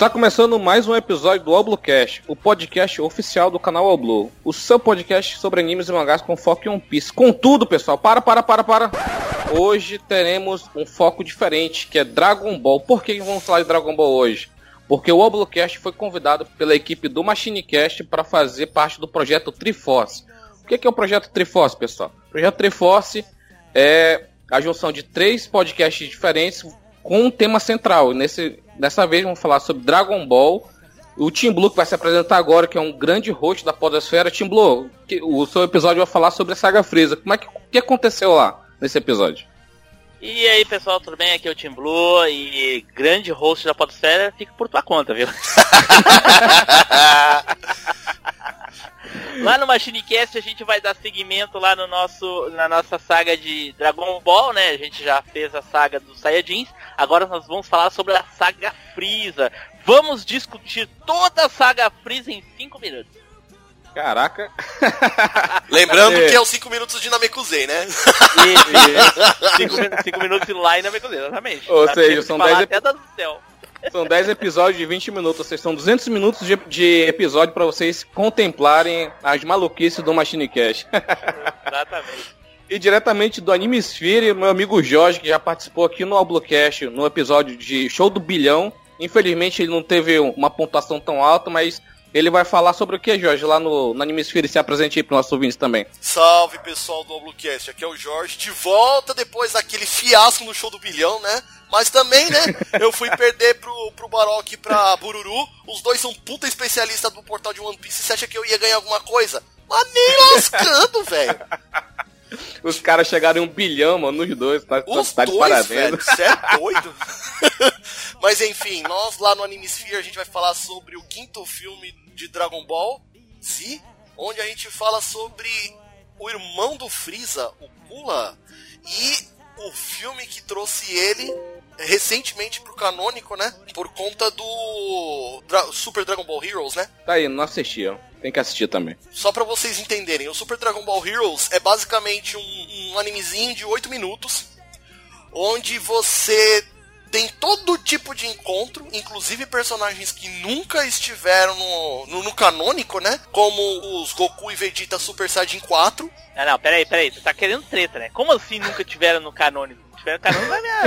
Está começando mais um episódio do Oblocast, o podcast oficial do canal Oblo, o seu podcast sobre animes e mangás com foco em One Piece. Contudo, pessoal, para. Hoje teremos um foco diferente, que é Dragon Ball. Por que vamos falar de Dragon Ball hoje? Porque o Oblocast foi convidado pela equipe do Machinecast para fazer parte do projeto Triforce. O que é o projeto Triforce, pessoal? O projeto Triforce é a junção de 3 podcasts diferentes com um tema central. Dessa vez vamos falar sobre Dragon Ball. O Team Blue que vai se apresentar agora, que é um grande host da podosfera. Team Blue, o seu episódio vai falar sobre a saga Freeza. O que aconteceu lá nesse episódio? E aí, pessoal, tudo bem? Aqui é o Team Blue e grande host da podosfera, fica por tua conta, viu? Lá no Machinecast a gente vai dar seguimento lá na nossa saga de Dragon Ball, né? A gente já fez a saga dos Saiyajins, agora nós vamos falar sobre a saga Freeza. Vamos discutir toda a saga Freeza em 5 minutos. Caraca! Lembrando que é os 5 minutos de Namekusei, né? Isso. 5 minutos lá em Namekusei, exatamente. Ou seja, são 10 até do céu. São 10 episódios de 20 minutos, ou seja, são 200 minutos de episódio para vocês contemplarem as maluquices do Machinecast. Exatamente. E diretamente do Animesphere, meu amigo Jorge, que já participou aqui no Oblocast, no episódio de Show do Bilhão. Infelizmente ele não teve uma pontuação tão alta, mas ele vai falar sobre o que, Jorge, lá no Animesphere. Se apresente aí para os nossos ouvintes também. Salve, pessoal do Oblocast, aqui é o Jorge, de volta depois daquele fiasco no Show do Bilhão, né? Mas também, né, eu fui perder pro Barok e pra Bururu. Os dois são puta especialistas do portal de One Piece. Você acha que eu ia ganhar alguma coisa? Mas nem lascando, velho. Os caras chegaram em 1 bilhão, mano, nos dois. Tá de parabéns, velho. Você é doido? Mas enfim, nós lá no Animesphere a gente vai falar sobre o 5º filme de Dragon Ball Z, onde a gente fala sobre o irmão do Freeza, o Cooler, e o filme que trouxe ele recentemente pro canônico, né? Por conta do Super Dragon Ball Heroes, né? Tá aí, não assisti, ó. Tem que assistir também. Só pra vocês entenderem, o Super Dragon Ball Heroes é basicamente um animezinho de 8 minutos, onde você tem todo tipo de encontro, inclusive personagens que nunca estiveram no canônico, né? Como os Goku e Vegeta Super Saiyajin 4. Não, peraí, você tá querendo treta, né? Como assim nunca tiveram no canônico? Tiveram canônico na minha...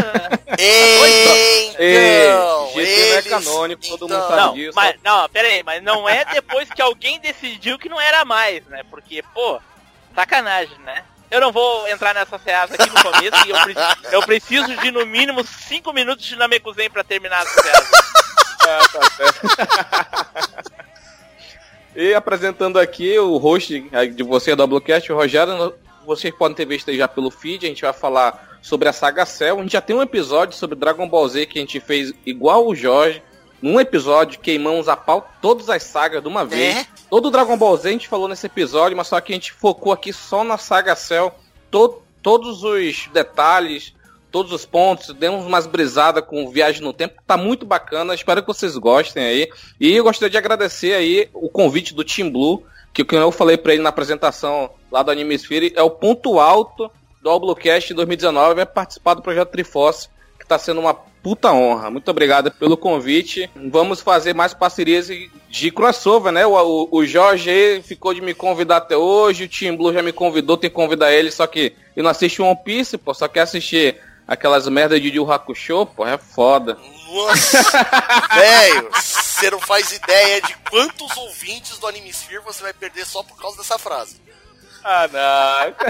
Então, GT não é canônico, todo mundo sabe disso. Peraí, mas não é depois que alguém decidiu que não era mais, né? Porque, pô, sacanagem, né? Eu não vou entrar nessa seasa aqui no começo e eu preciso de no mínimo 5 minutos de Namekusei pra terminar essa seasa. Tá certo. E apresentando aqui o host de você do Oblocast, o Rogério. Vocês podem ter visto aí já pelo feed. A gente vai falar sobre a saga Cell. A gente já tem um episódio sobre Dragon Ball Z que a gente fez igual o Jorge. Num episódio queimamos a pau todas as sagas de uma vez. Todo o Dragon Ball Z a gente falou nesse episódio, mas só que a gente focou aqui só na saga Cell. Todos os detalhes, todos os pontos, demos umas brisadas com Viagem no Tempo. Tá muito bacana, espero que vocês gostem aí. E eu gostaria de agradecer aí o convite do Team Blue, que eu falei pra ele na apresentação lá do Animesphere, é o ponto alto do Oblocast 2019, vai participar do projeto Triforce, que tá sendo uma puta honra. Muito obrigado pelo convite. Vamos fazer mais parcerias de crossover, né? O Jorge ficou de me convidar até hoje, o Team Blue já me convidou, tem que convidar ele, só que ele não assiste One Piece, pô, só quer assistir aquelas merdas de Yu Yu Hakusho, pô, é foda. Nossa, velho, você não faz ideia de quantos ouvintes do Animesphere você vai perder só por causa dessa frase. Ah, não.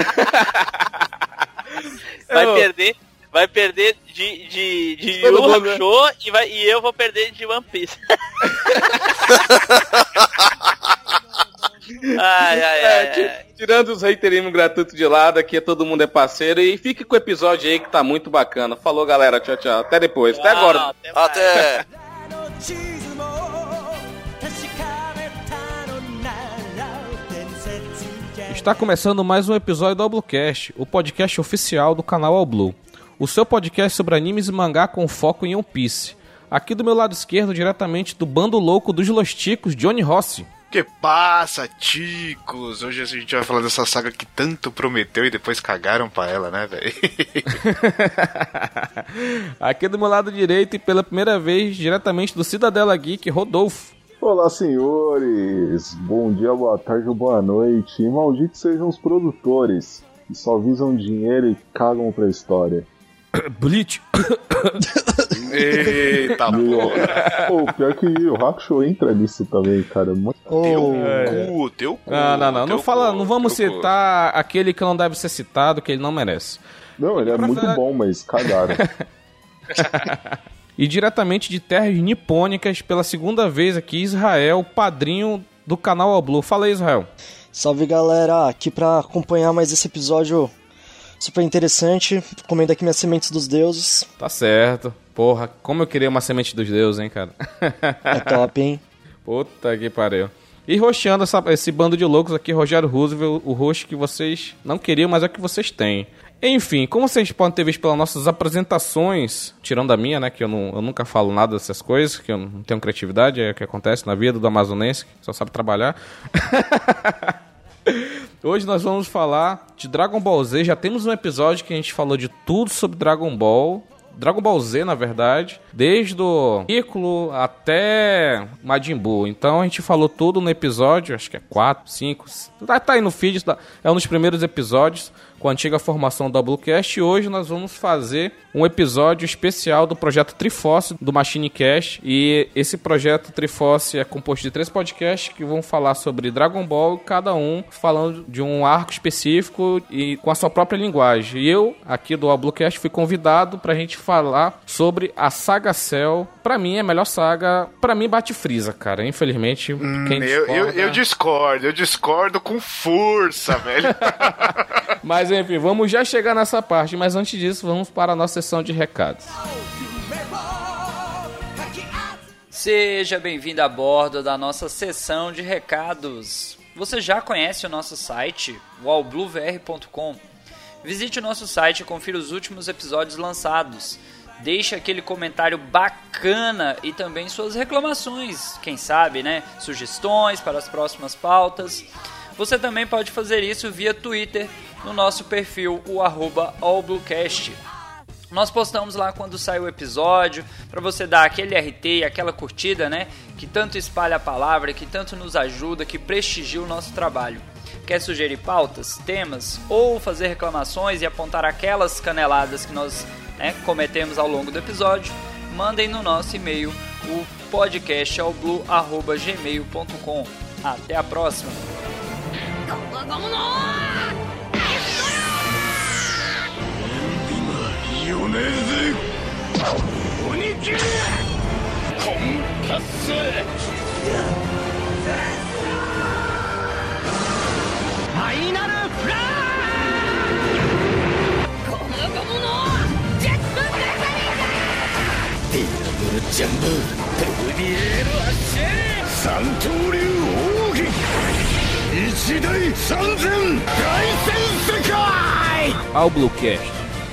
Vai perder de Yu Yu Hakusho e eu vou perder de One Piece. Tirando os reiterismos gratuitos de lado, aqui todo mundo é parceiro. E fique com o episódio aí que tá muito bacana. Falou, galera. Tchau, tchau. Até depois. Até agora. Até. Está começando mais um episódio do Oblocast, o podcast oficial do canal Oblo, o seu podcast sobre animes e mangá com foco em One Piece. Aqui do meu lado esquerdo, diretamente do bando louco dos Losticos, Johnny Rossi. Que passa, ticos! Hoje a gente vai falar dessa saga que tanto prometeu e depois cagaram pra ela, né, velho? Aqui do meu lado direito e pela primeira vez, diretamente do Cidadela Geek, Rodolfo. Olá, senhores! Bom dia, boa tarde ou boa noite. E malditos sejam os produtores, que só visam dinheiro e cagam pra história. Bleach. Eita, porra. Pô, pior que o Hakusho entra nisso também, cara. Teu cu. Não vamos citar aquele que não deve ser citado, que ele não merece. Não, ele é muito bom, mas cagaram. E diretamente de terras nipônicas, pela segunda vez aqui, Israel, padrinho do canal All Blue. Fala aí, Israel. Salve, galera. Aqui pra acompanhar mais esse episódio super interessante. Comendo aqui minhas sementes dos deuses. Tá certo. Porra, como eu queria uma semente dos deuses, hein, cara? É top, hein? Puta que pariu. E roxeando esse bando de loucos aqui, Rogério Roosevelt, o roxo que vocês não queriam, mas é o que vocês têm. Enfim, como vocês podem ter visto pelas nossas apresentações, tirando a minha, né, que eu nunca falo nada dessas coisas, que eu não tenho criatividade, é o que acontece na vida do amazonense, que só sabe trabalhar. Hoje nós vamos falar de Dragon Ball Z. Já temos um episódio que a gente falou de tudo sobre Dragon Ball Z, na verdade, desde o Piccolo até Majin Buu. Então a gente falou tudo no episódio, acho que é 4, 5, tá aí no feed, é um dos primeiros episódios com a antiga formação do Doublecast. E hoje nós vamos fazer um episódio especial do projeto Triforce do MachineCast. E esse projeto Triforce é composto de 3 podcasts que vão falar sobre Dragon Ball, cada um falando de um arco específico e com a sua própria linguagem. E eu, aqui do Doublecast, fui convidado pra gente falar sobre a saga Cell. Pra mim é a melhor saga. Pra mim bate Freeza, cara. Infelizmente, quem discorda... Eu discordo com força, velho. Mas enfim, vamos já chegar nessa parte. Mas antes disso, vamos para a nossa sessão de recados. Seja bem-vindo a bordo da nossa sessão de recados. Você já conhece o nosso site, o allbluevr.com? Visite o nosso site e confira os últimos episódios lançados. Deixe aquele comentário bacana e também suas reclamações, quem sabe, né? Sugestões para as próximas pautas. Você também pode fazer isso via Twitter, no nosso perfil, o @allbluecast. Nós postamos lá quando sai o episódio, para você dar aquele RT e aquela curtida, né? Que tanto espalha a palavra, que tanto nos ajuda, que prestigia o nosso trabalho. Quer sugerir pautas, temas, ou fazer reclamações e apontar aquelas caneladas que nós cometemos ao longo do episódio? Mandem no nosso e-mail, o podcastallblue@gmail.com. Até a próxima! Ao Bluecast.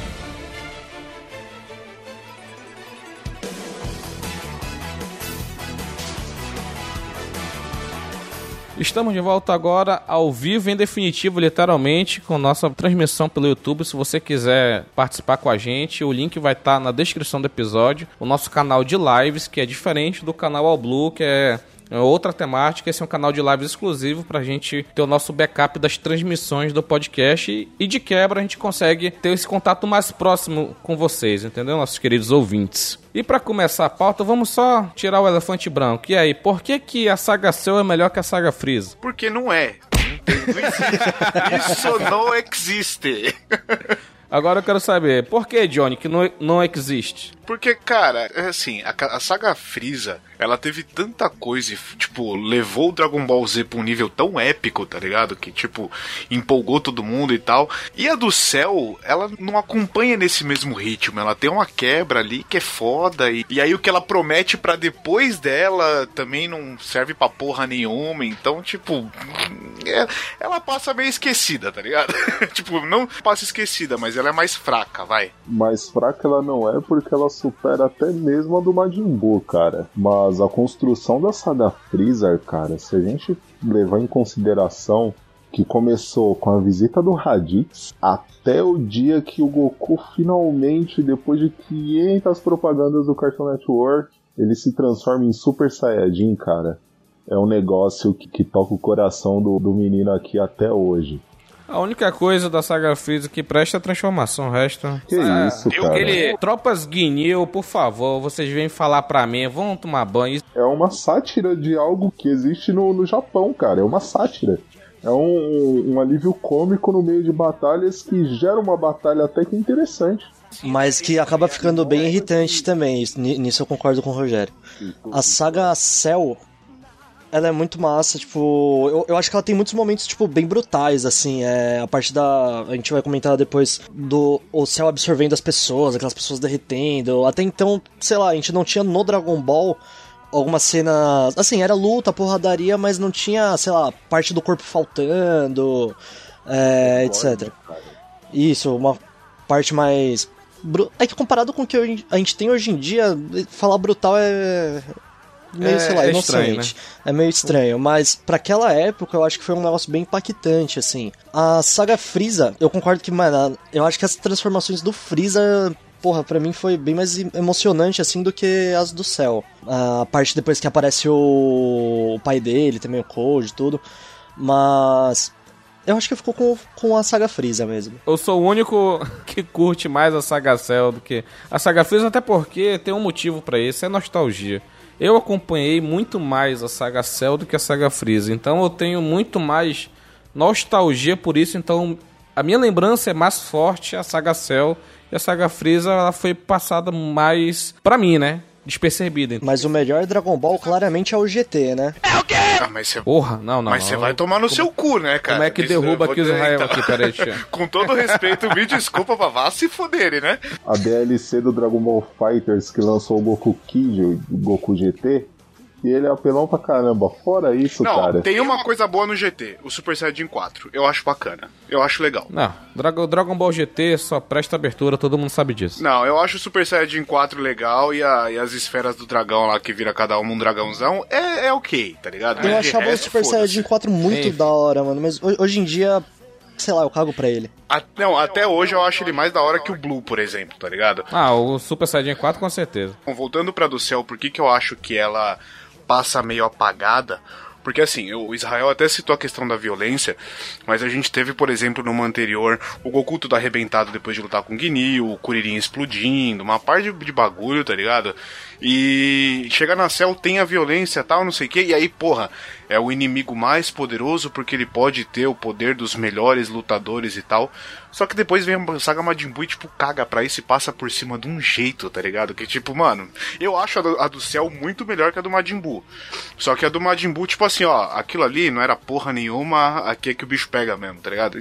Estamos de volta agora ao vivo, em definitivo, literalmente, com nossa transmissão pelo YouTube. Se você quiser participar com a gente, o link vai estar na descrição do episódio. O nosso canal de lives, que é diferente do canal All Blue, que é outra temática. Esse é um canal de lives exclusivo pra gente ter o nosso backup das transmissões do podcast e de quebra a gente consegue ter esse contato mais próximo com vocês, entendeu? Nossos queridos ouvintes. E pra começar a pauta, vamos só tirar o elefante branco. E aí, por que a saga Cell é melhor que a saga Freeza? Porque não é. Não existe. Isso não existe. Agora eu quero saber, por que, Johnny, que não existe? Porque, cara, assim, a saga Freeza, ela teve tanta coisa, tipo, levou o Dragon Ball Z pra um nível tão épico, tá ligado? Que, tipo, empolgou todo mundo e tal. E a do Cell, ela não acompanha nesse mesmo ritmo, ela tem uma quebra ali que é foda, e aí o que ela promete pra depois dela também não serve pra porra nenhuma, então, tipo, ela passa meio esquecida, tá ligado? Tipo, não passa esquecida, mas ela é mais fraca, vai. Mais fraca ela não é porque ela supera até mesmo a do Majin Buu, cara. Mas a construção da saga Freezer, cara, se a gente levar em consideração que começou com a visita do Raditz até o dia que o Goku finalmente, depois de 500 propagandas do Cartoon Network, ele se transforma em Super Saiyajin, cara. É um negócio que toca o coração do menino aqui até hoje. A única coisa da saga Freeza que presta é a transformação, o resto... Que isso, cara. Tropas Guinil, por favor, vocês vêm falar pra mim, vão tomar banho. É uma sátira de algo que existe no Japão, cara. É uma sátira. É um alívio cômico no meio de batalhas que gera uma batalha até que interessante. Mas que acaba ficando bem irritante também. Nisso eu concordo com o Rogério. A saga Cell, ela é muito massa, tipo... Eu acho que ela tem muitos momentos, tipo, bem brutais, assim. A parte da... A gente vai comentar depois o Cell absorvendo as pessoas, aquelas pessoas derretendo. Até então, sei lá, a gente não tinha no Dragon Ball alguma cena... Assim, era luta, porradaria, mas não tinha, sei lá, parte do corpo faltando, etc. Isso, uma parte mais... É que comparado com o que a gente tem hoje em dia, falar brutal é meio, sei lá, inocente. Estranho, né? É meio estranho, mas pra aquela época eu acho que foi um negócio bem impactante, assim. A saga Freeza, eu concordo que, mano, eu acho que as transformações do Freeza... Porra, pra mim foi bem mais emocionante, assim, do que as do Cell. A parte depois que aparece o pai dele, também o Code e tudo. Mas... eu acho que ficou com a saga Freeza mesmo. Eu sou o único que curte mais a saga Cell do que a saga Freeza, até porque tem um motivo pra isso, é nostalgia. Eu acompanhei muito mais a saga Cell do que a saga Freeza, então eu tenho muito mais nostalgia por isso, então a minha lembrança é mais forte a saga Cell. E a saga Freeza, ela foi passada mais pra mim, né? Despercebida. Então. Mas o melhor Dragon Ball claramente é o GT, né? É o quê? Mas você... Porra, não. Mas você vai tomar no seu cu, né, cara? Como é que derruba aqui os Israel aqui, peraí, tia. Com todo respeito, me desculpa, pra vá se fuderem, né? A DLC do Dragon Ball Fighters que lançou o Goku Kid, o Goku GT, e ele é apelão pra caramba. Fora isso, não, cara... tem uma coisa boa no GT, o Super Saiyajin 4. Eu acho bacana. Eu acho legal. Não, Dragon Ball GT só presta abertura, todo mundo sabe disso. Não, eu acho o Super Saiyajin 4 legal e as esferas do dragão lá, que vira cada um dragãozão, é ok, tá ligado? Eu achava o Super Saiyajin 4 muito da hora, mano, mas hoje em dia... sei lá, eu cago pra ele. Não, até hoje eu acho ele mais da hora que o Blue, por exemplo, tá ligado? Ah, o Super Saiyajin 4 com certeza. Bom, voltando pra do Cell, por que eu acho que ela passa meio apagada? Porque assim, o Israel até citou a questão da violência, mas a gente teve, por exemplo, numa anterior, o Goku tudo arrebentado depois de lutar com o Guinil, o Kuririn explodindo, uma par de bagulho, tá ligado? E chega na Cell, tem a violência e tal, não sei o que, e aí, porra, é o inimigo mais poderoso porque ele pode ter o poder dos melhores lutadores e tal. Só que depois vem a saga Majin Buu e, tipo, caga pra isso e passa por cima de um jeito, tá ligado? Que, tipo, mano, eu acho a do Cell muito melhor que a do Majin Buu. Só que a do Majin Buu, tipo assim, ó, aquilo ali não era porra nenhuma, aqui é que o bicho pega mesmo, tá ligado?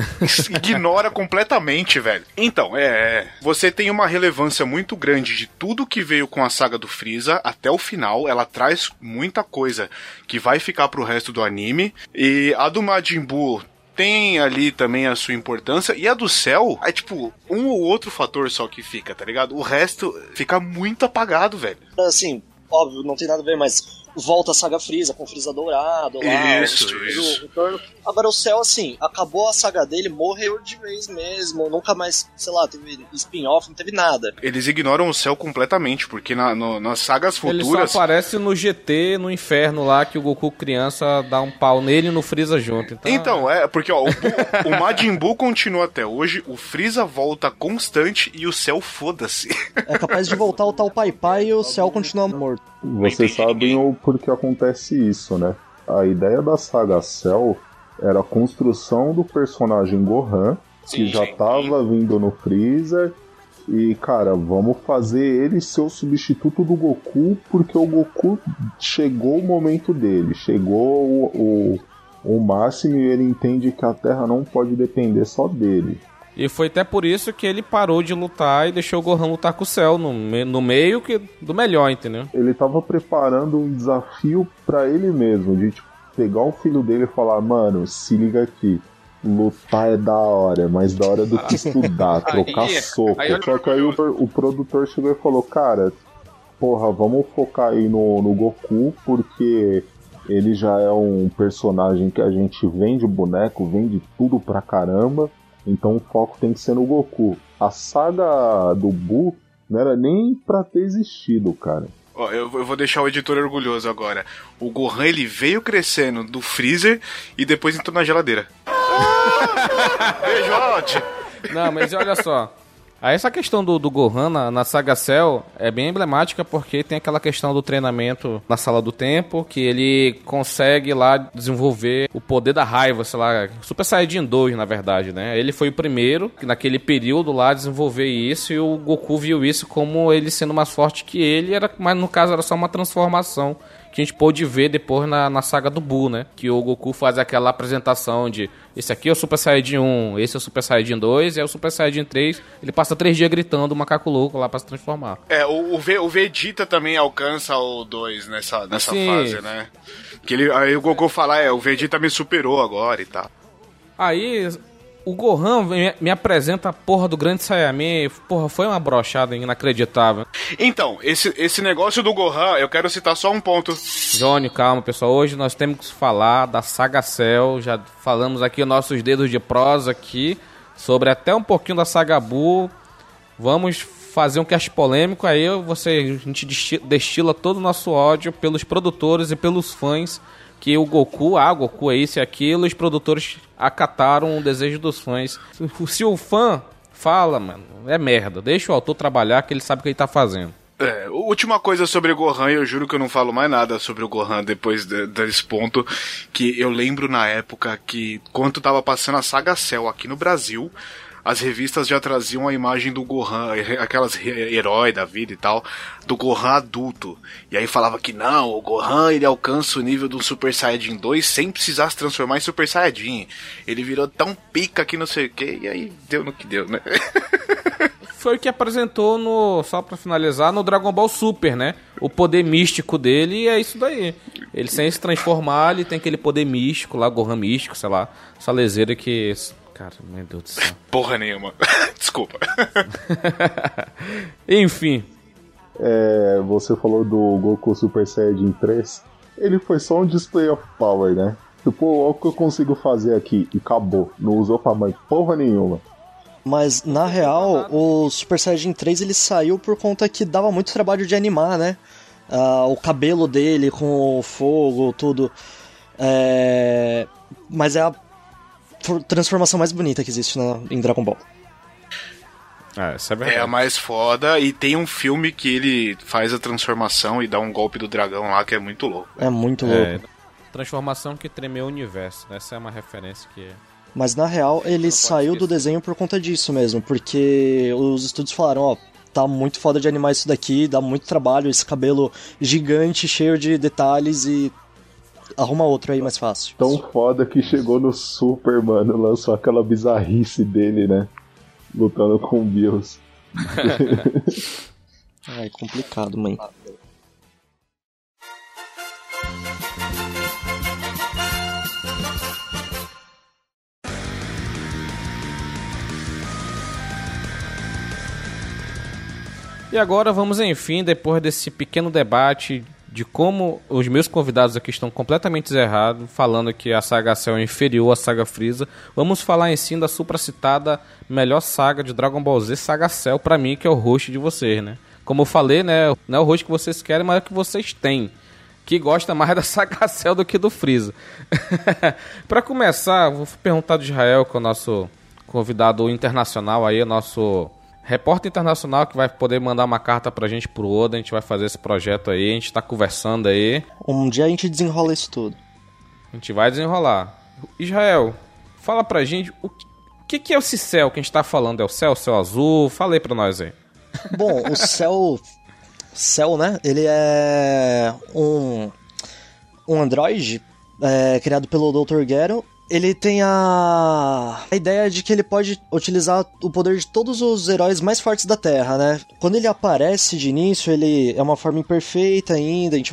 Ignora completamente, velho. Então, você tem uma relevância muito grande de tudo que veio com a saga do Freeza até o final. Ela traz muita coisa que vai ficar pro resto do anime. E a do Majin Buu tem ali também a sua importância. E a do Cell é tipo um ou outro fator só que fica, tá ligado? O resto fica muito apagado, velho. Assim, óbvio, não tem nada a ver, mas volta a saga Freeza com o Freeza dourado lá. Isso. O retorno. Agora o Cell, assim, acabou a saga dele, morreu de vez mesmo. Nunca mais, sei lá, teve spin-off, não teve nada. Eles ignoram o Cell completamente, porque nas sagas futuras... Ele só aparece no GT, no inferno lá, que o Goku criança dá um pau nele e no Freeza junto. Então, porque ó, o Majin Buu continua até hoje, o Freeza volta constante e o Cell foda-se. É capaz de voltar o tal Pai Pai e o Cell continua morto. Vocês sabem o porquê acontece isso, né? A ideia da saga Cell era a construção do personagem Gohan, que já tava vindo no Freezer, e, cara, vamos fazer ele ser o substituto do Goku, porque o Goku chegou o momento dele, chegou o máximo e ele entende que a Terra não pode depender só dele. E foi até por isso que ele parou de lutar e deixou o Gohan lutar com o Cell no meio do melhor, entendeu? Ele tava preparando um desafio pra ele mesmo, de tipo, pegar o filho dele e falar, mano, se liga aqui, lutar é da hora, mas da hora do que estudar, trocar soco. Só que aí o produtor chegou e falou, cara, porra, vamos focar aí no Goku, porque ele já é um personagem que a gente vende boneco, vende tudo pra caramba, então o foco tem que ser no Goku. A saga do Buu não era nem pra ter existido, cara. Ó, eu vou deixar o editor orgulhoso agora. O Gohan, ele veio crescendo do freezer e depois entrou na geladeira. Beijote! Não, mas olha só. Aí essa questão do Gohan na saga Cell é bem emblemática porque tem aquela questão do treinamento na Sala do Tempo, que ele consegue lá desenvolver o poder da raiva, sei lá, Super Saiyajin 2, na verdade, né? Ele foi o primeiro, que naquele período lá, desenvolver isso, e o Goku viu isso como ele sendo mais forte que ele, mas no caso era só uma transformação que a gente pôde ver depois na saga do Buu, né? Que o Goku faz aquela apresentação de esse aqui é o Super Saiyajin 1, esse é o Super Saiyajin 2, e é o Super Saiyajin 3. Ele passa 3 dias gritando o macaco louco lá pra se transformar. O Vegeta também alcança o 2 nessa fase, né? Que aí o Goku fala, o Vegeta me superou agora e tal. Aí o Gohan me apresenta a porra do Grande Saiyaman. Porra, foi uma brochada inacreditável. Então, esse negócio do Gohan, eu quero citar só um ponto. Johnny, calma, pessoal. Hoje nós temos que falar da saga Cell. Já falamos aqui nossos dedos de prosa aqui sobre até um pouquinho da saga Buu. Vamos fazer um cast polêmico. Aí a gente destila todo o nosso ódio pelos produtores e pelos fãs. Que o Goku é isso e aquilo, os produtores acataram o desejo dos fãs. Se o fã fala, mano, é merda. Deixa o autor trabalhar, que ele sabe o que ele tá fazendo. Última coisa sobre o Gohan, eu juro que eu não falo mais nada sobre o Gohan depois desse ponto, que eu lembro na época que, quando tava passando a saga Cell aqui no Brasil, as revistas já traziam a imagem do Gohan, aquelas herói da vida e tal, do Gohan adulto. E aí falava que não, o Gohan ele alcança o nível do Super Saiyajin 2 sem precisar se transformar em Super Saiyajin. Ele virou tão pica que não sei o que, e aí deu no que deu, né? Foi o que apresentou só pra finalizar, no Dragon Ball Super, né? O poder místico dele, e é isso daí. Ele sem se transformar, ele tem aquele poder místico lá, Gohan místico, sei lá, essa leseira que... Cara, meu Deus do céu. Porra nenhuma. Desculpa. Enfim. Você falou do Goku Super Saiyajin 3. Ele foi só um display of power, né? Tipo, olha o que eu consigo fazer aqui. E acabou. Não usou pra mais porra nenhuma. Mas, na real, o Super Saiyajin 3 ele saiu por conta que dava muito trabalho de animar, né? O cabelo dele com o fogo, tudo. Mas é a transformação mais bonita que existe em Dragon Ball. Essa é verdade. É a mais foda, e tem um filme que ele faz a transformação e dá um golpe do dragão lá que é muito louco. É muito louco. Transformação que tremeu o universo. Essa é uma referência que... Mas na real ele saiu do desenho por conta disso mesmo, porque os estúdios falaram, tá muito foda de animar isso daqui, dá muito trabalho, esse cabelo gigante, cheio de detalhes, e arruma outro aí mais fácil. Tão foda que chegou no Super, mano, lançou aquela bizarrice dele, né? Lutando com o Bills. Ai, complicado, mãe. E agora vamos, enfim, depois desse pequeno debate de como os meus convidados aqui estão completamente errados, falando que a saga Cell é inferior à saga Freeza, vamos falar em si da supracitada melhor saga de Dragon Ball Z, saga Cell, pra mim, que é o host de vocês, né? Como eu falei, né, não é o host que vocês querem, mas é o que vocês têm, que gosta mais da saga Cell do que do Freeza. Pra começar, vou perguntar do Israel, que é o nosso convidado internacional aí, o nosso... repórter internacional que vai poder mandar uma carta pra gente pro Oda. A gente vai fazer esse projeto aí, a gente tá conversando aí. Um dia a gente desenrola isso tudo. A gente vai desenrolar. Israel, fala pra gente o que é esse céu que a gente tá falando? É o céu azul? Fala aí pra nós aí. Bom, o céu, né? Ele é um androide criado pelo Dr. Gero. Ele tem a ideia de que ele pode utilizar o poder de todos os heróis mais fortes da Terra, né? Quando ele aparece de início, ele é uma forma imperfeita ainda, a gente vai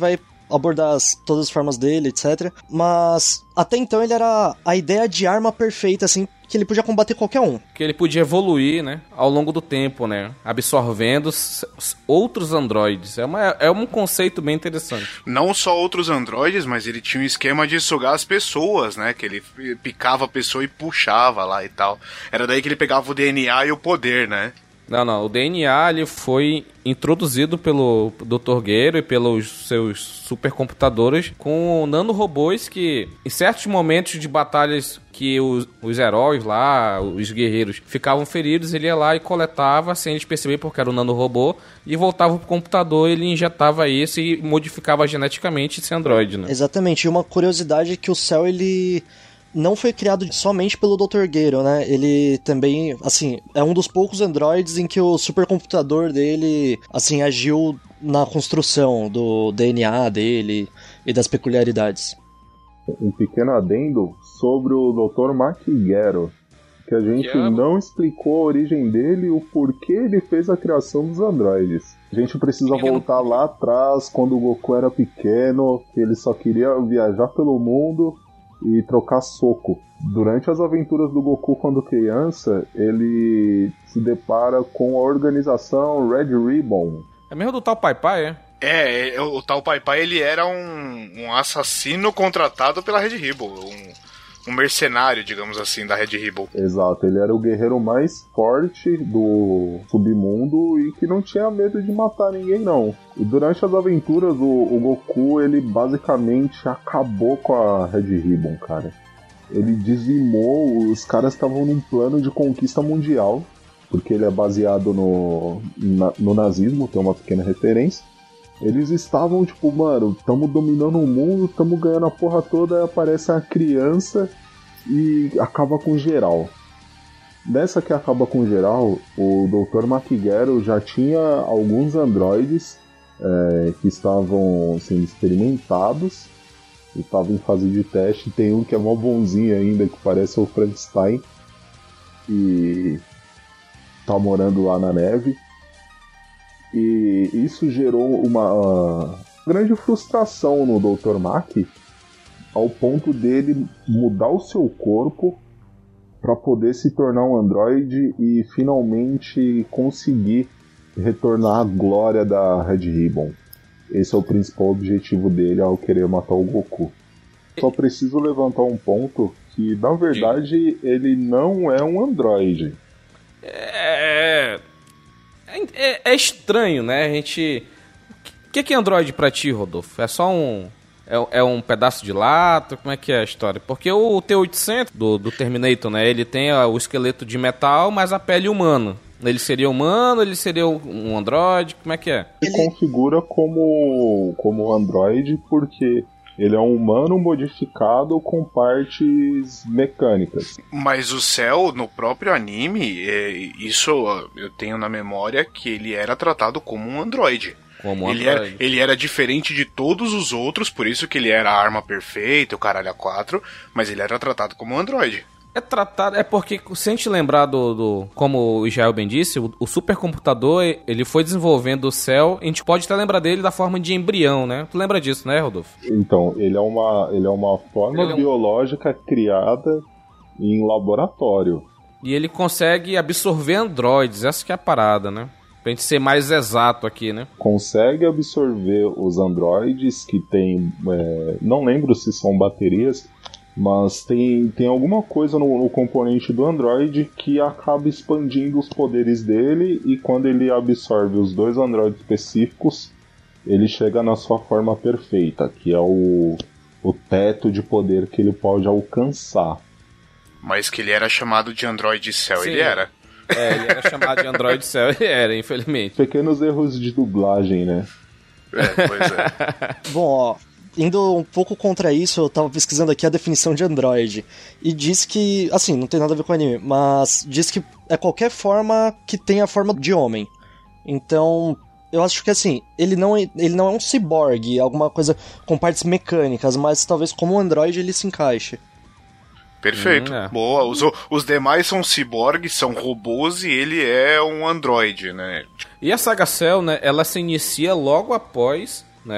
abordar todas as formas dele, etc. Mas até então ele era a ideia de arma perfeita, assim, que ele podia combater qualquer um. Que ele podia evoluir, né, ao longo do tempo, né, absorvendo outros androides. É um conceito bem interessante. Não só outros androides, mas ele tinha um esquema de sugar as pessoas, né, que ele picava a pessoa e puxava lá e tal. Era daí que ele pegava o DNA e o poder, né? Não, o DNA ele foi introduzido pelo Dr. Gero e pelos seus supercomputadores com nanorobôs que, em certos momentos de batalhas que os heróis lá, os guerreiros, ficavam feridos, ele ia lá e coletava, sem eles perceber porque era um nanorobô, e voltava pro computador, ele injetava isso e modificava geneticamente esse androide, né? Exatamente, e uma curiosidade é que o Cell, ele não foi criado somente pelo Dr. Gero, né? Ele também, assim, é um dos poucos androides em que o supercomputador dele, assim, agiu na construção do DNA dele e das peculiaridades. Um pequeno adendo sobre o Dr. Mark Gero, que a gente não explicou a origem dele e o porquê ele fez a criação dos androides. A gente precisa voltar lá atrás, quando o Goku era pequeno, que ele só queria viajar pelo mundo e trocar soco. Durante as aventuras do Goku quando criança, ele se depara com a organização Red Ribbon. É mesmo do tal Pai Pai, é? O tal Pai Pai, ele era um assassino contratado pela Red Ribbon, um mercenário, digamos assim, da Red Ribbon. Exato, ele era o guerreiro mais forte do submundo e que não tinha medo de matar ninguém, não. E durante as aventuras, o Goku, ele basicamente acabou com a Red Ribbon, cara. Ele dizimou, os caras estavam num plano de conquista mundial, porque ele é baseado no nazismo, tem uma pequena referência. Eles estavam tipo, mano, tamo dominando o mundo, tamo ganhando a porra toda, aí aparece uma criança e acaba com geral. Nessa que acaba com geral, o Dr. Makigero já tinha alguns androides que estavam sendo experimentados e estavam em fase de teste. Tem um que é mó bonzinho ainda, que parece o Frankenstein, e tá morando lá na neve. E isso gerou uma grande frustração no Dr. Mack, ao ponto dele mudar o seu corpo para poder se tornar um androide e finalmente conseguir retornar à glória da Red Ribbon. Esse é o principal objetivo dele ao querer matar o Goku. Só preciso levantar um ponto que, na verdade, ele não é um androide. É estranho, né? A gente... O que é Android pra ti, Rodolfo? É só um... É um pedaço de lata? Como é que é a história? Porque o T-800 do Terminator, né? Ele tem o esqueleto de metal, mas a pele humana. Ele seria humano? Ele seria um androide? Como é que é? Ele configura como androide porque ele é um humano modificado com partes mecânicas. Mas o Cell, no próprio anime, isso eu tenho na memória que ele era tratado como um androide. Ele era diferente de todos os outros, por isso que ele era a arma perfeita, o caralho a 4, mas ele era tratado como um androide. É porque, se a gente lembrar como o Israel bem disse, o supercomputador, ele foi desenvolvendo o Cell, a gente pode até lembrar dele da forma de embrião, né? Tu lembra disso, né, Rodolfo? Então, ele é uma forma biológica criada em laboratório. E ele consegue absorver androides, essa que é a parada, né? Pra gente ser mais exato aqui, né? Consegue absorver os androides que tem... não lembro se são baterias, mas tem alguma coisa no componente do Android que acaba expandindo os poderes dele, e quando ele absorve os dois androides específicos, ele chega na sua forma perfeita, que é o teto de poder que ele pode alcançar. Mas que ele era chamado de Android Cell, Sim. Ele era. Ele era chamado de Android Cell, ele era, infelizmente. Pequenos erros de dublagem, né? Pois é. Bom, ó, indo um pouco contra isso, eu tava pesquisando aqui a definição de Android. E diz que, assim, não tem nada a ver com anime, mas diz que é qualquer forma que tenha a forma de homem. Então, eu acho que assim, ele não é um ciborgue, alguma coisa com partes mecânicas, mas talvez como um Android ele se encaixe. Perfeito, boa. Os demais são ciborgues, são robôs, e ele é um androide, né? E a saga Cell, né, ela se inicia logo após, né,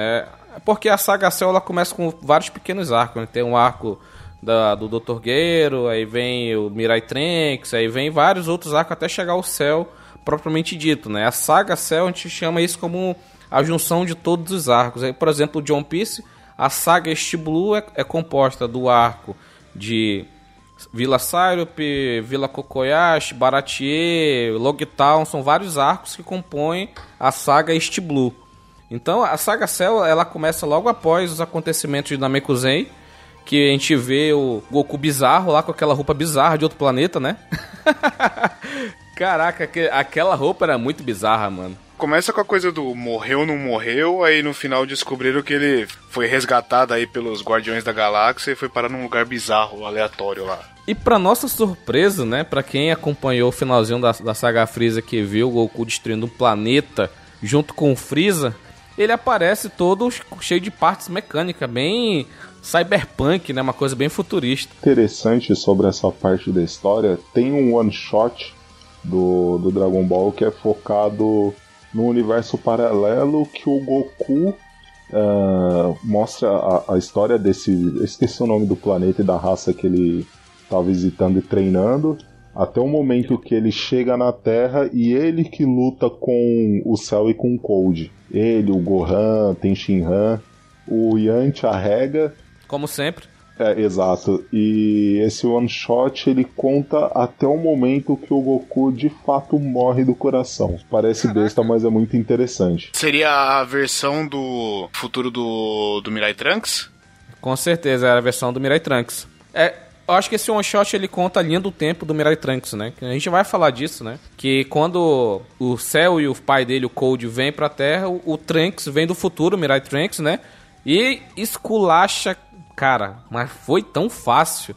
Porque a saga Cell ela começa com vários pequenos arcos, né? Tem um arco do Dr. Gero, aí vem o Mirai Trunks, aí vem vários outros arcos até chegar ao Cell propriamente dito, né? A saga Cell a gente chama isso como a junção de todos os arcos. Aí, por exemplo, o One Piece, a saga East Blue é composta do arco de Vila Syrup, Vila Kokoyashi, Baratie, Logtown, são vários arcos que compõem a saga East Blue. Então a saga Cell ela começa logo após os acontecimentos de Namekusei, que a gente vê o Goku bizarro lá com aquela roupa bizarra de outro planeta, né? Caraca, aquela roupa era muito bizarra, mano. Começa com a coisa do morreu, não morreu, aí no final descobriram que ele foi resgatado aí pelos Guardiões da Galáxia e foi parar num lugar bizarro, aleatório lá. E pra nossa surpresa, né, pra quem acompanhou o finalzinho da saga Freeza, que viu o Goku destruindo um planeta junto com o Freeza, ele aparece todo cheio de partes mecânicas, bem cyberpunk, né, uma coisa bem futurista. Interessante sobre essa parte da história, tem um one shot do Dragon Ball que é focado no universo paralelo que o Goku mostra a história desse... Eu esqueci o nome do planeta e da raça que ele tá visitando e treinando, até o momento que ele chega na Terra e ele que luta com o Cell e com o Cold. Ele, o Gohan, tem Shinran, o Yanti, a Rega. Como sempre. Exato. E esse one shot ele conta até o momento que o Goku de fato morre do coração. Parece besta, mas é muito interessante. Seria a versão do futuro do Mirai Trunks? Com certeza, era a versão do Mirai Trunks. Eu acho que esse one shot ele conta a linha do tempo do Mirai Trunks, né? A gente vai falar disso, né? Que quando o Cell e o pai dele, o Cold, vem pra Terra, o Trunks vem do futuro, o Mirai Trunks, né? E esculacha. Cara, mas foi tão fácil.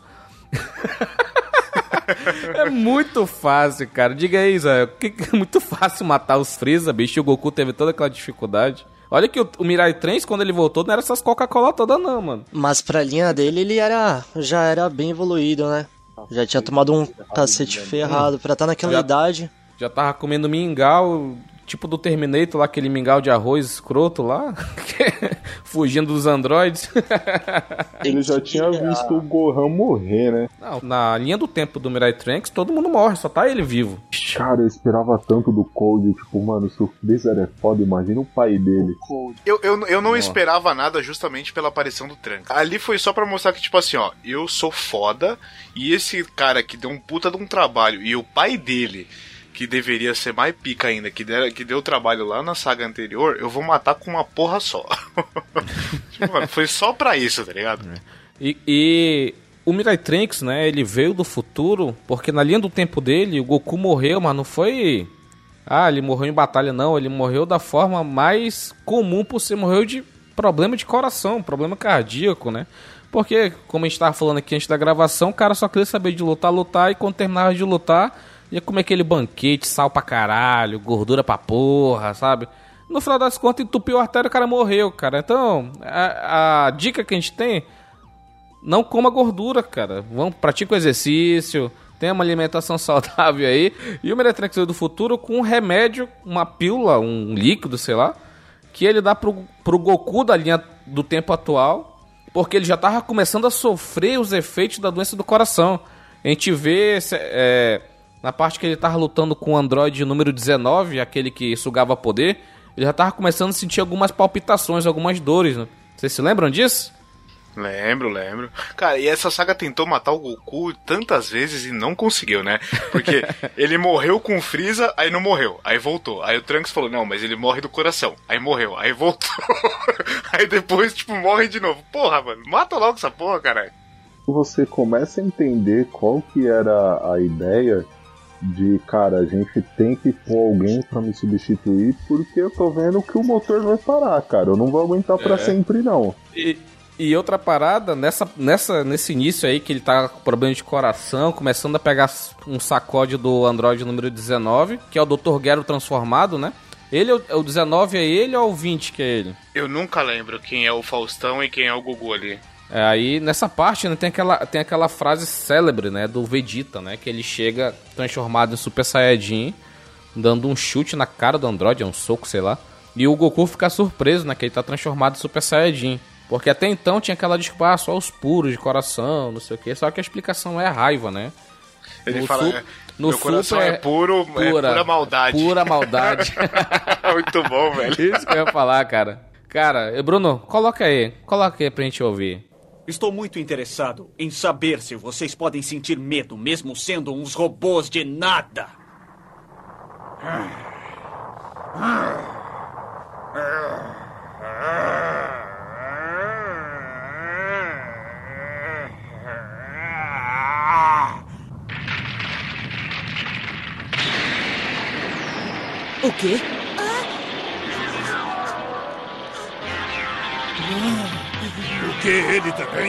É muito fácil, cara. Diga aí, Zé. É muito fácil matar os Freeza, bicho. E o Goku teve toda aquela dificuldade. Olha que o Mirai Trunks, quando ele voltou, não era essas Coca-Cola todas não, mano. Mas pra linha dele, ele já era bem evoluído, né? Já tinha tomado um cacete ferrado pra estar naquela idade. Já tava comendo mingau, tipo do Terminator lá, aquele mingau de arroz escroto lá, fugindo dos androides. Ele já tinha visto o Gohan morrer, né? Não, na linha do tempo do Mirai Trunks, todo mundo morre, só tá ele vivo. Cara, eu esperava tanto do Cold, tipo, mano, se o Freeza é foda, imagina o pai dele. Eu não esperava nada justamente pela aparição do Trunks. Ali foi só pra mostrar que, tipo assim, ó, eu sou foda, e esse cara que deu um puta de um trabalho, e o pai dele, que deveria ser mais pica ainda, que deu trabalho lá na saga anterior, eu vou matar com uma porra só. Tipo, mano, foi só pra isso, tá ligado? E o Mirai Trunks, né, ele veio do futuro, porque na linha do tempo dele, o Goku morreu, mas não foi... ele morreu em batalha, não. Ele morreu da forma mais comum possível, morreu de problema de coração, problema cardíaco, né? Porque, como a gente tava falando aqui antes da gravação, o cara só queria saber de lutar, e quando terminava de lutar... ia comer aquele banquete, sal pra caralho, gordura pra porra, sabe? No final das contas, entupiu a artéria e o cara morreu, cara. Então, a dica que a gente tem, não coma gordura, cara. Pratique o exercício, tenha uma alimentação saudável aí. E o Mirai Trunks do futuro com um remédio, uma pílula, um líquido, sei lá, que ele dá pro Goku da linha do tempo atual, porque ele já tava começando a sofrer os efeitos da doença do coração. A gente vê... na parte que ele tava lutando com o androide número 19, aquele que sugava poder, ele já tava começando a sentir algumas palpitações, algumas dores, né? Vocês se lembram disso? Lembro. Cara, e essa saga tentou matar o Goku tantas vezes e não conseguiu, né? Porque ele morreu com o Freeza, aí não morreu, aí voltou. Aí o Trunks falou, não, mas ele morre do coração. Aí morreu, aí voltou. Aí depois, tipo, morre de novo. Porra, mano, mata logo essa porra, caralho. Você começa a entender qual que era a ideia de, cara, a gente tem que pôr alguém pra me substituir, porque eu tô vendo que o motor vai parar, cara. Eu não vou aguentar pra sempre, não. E outra parada, nesse início aí, que ele tá com problema de coração, começando a pegar um sacode do Android número 19, que é o Dr. Gero transformado, né? Ele é o 19 é ele ou é o 20 que é ele? Eu nunca lembro quem é o Faustão e quem é o Gugu ali. Aí nessa parte, né, tem aquela frase célebre, né, do Vegeta, né, que ele chega transformado em Super Saiyajin, dando um chute na cara do Android, um soco, sei lá, E o Goku fica surpreso, né, que ele tá transformado em Super Saiyajin. Porque até então tinha aquela desculpa, só os puros de coração, não sei o que. Só que a explicação é a raiva, né? Ele No fala, no meu coração Super é pura maldade. Pura maldade. Muito bom, velho. Isso que eu ia falar, cara. Cara, Bruno, coloca aí pra gente ouvir. Estou muito interessado em saber se vocês podem sentir medo, mesmo sendo uns robôs de nada. O quê? O que? Ele também?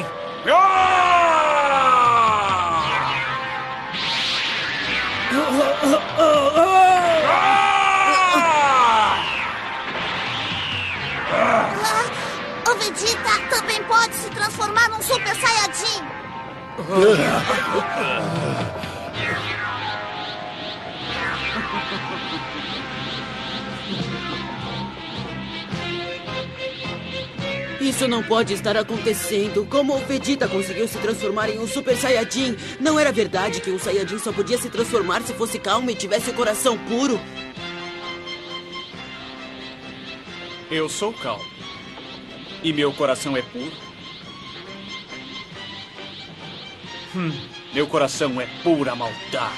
O Vegeta também pode se transformar num Super Saiyajin. Isso não pode estar acontecendo. Como o Vegeta conseguiu se transformar em um Super Saiyajin? Não era verdade que um Saiyajin só podia se transformar se fosse calmo e tivesse o coração puro? Eu sou calmo. E meu coração é puro. Meu coração é pura maldade.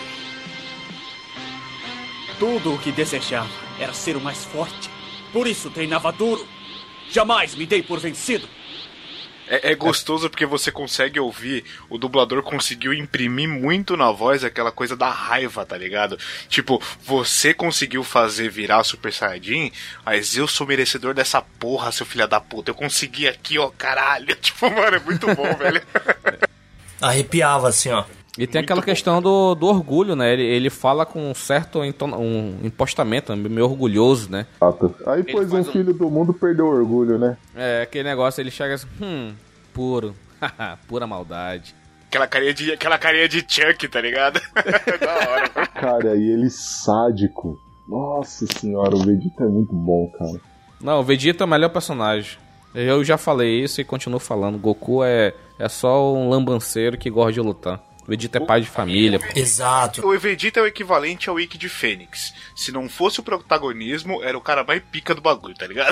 Tudo o que desejava era ser o mais forte. Por isso treinava duro. Jamais me dei por vencido. É gostoso porque você consegue ouvir, o dublador conseguiu imprimir muito na voz aquela coisa da raiva, tá ligado? Tipo, você conseguiu fazer virar Super Saiyajin, mas eu sou merecedor dessa porra, seu filho da puta. Eu consegui aqui, ó, caralho. Tipo, mano, é muito bom, velho. Arrepiava assim, ó. E tem aquela questão do orgulho, né? Ele fala com um certo impostamento, meio orgulhoso, né? Aí, pois, um filho do mundo perdeu o orgulho, né? É, aquele negócio, ele chega assim, puro, pura maldade. Aquela carinha de Chuck, tá ligado? Da hora, mano. Cara, e ele sádico. Nossa senhora, o Vegeta é muito bom, cara. Não, o Vegeta é o melhor personagem. Eu já falei isso e continuo falando. Goku é só um lambanceiro que gosta de lutar. O Vegeta é pai de família. Exato. O Vegeta é o equivalente ao Ikki de Fênix. Se não fosse o protagonismo, era o cara mais pica do bagulho, tá ligado?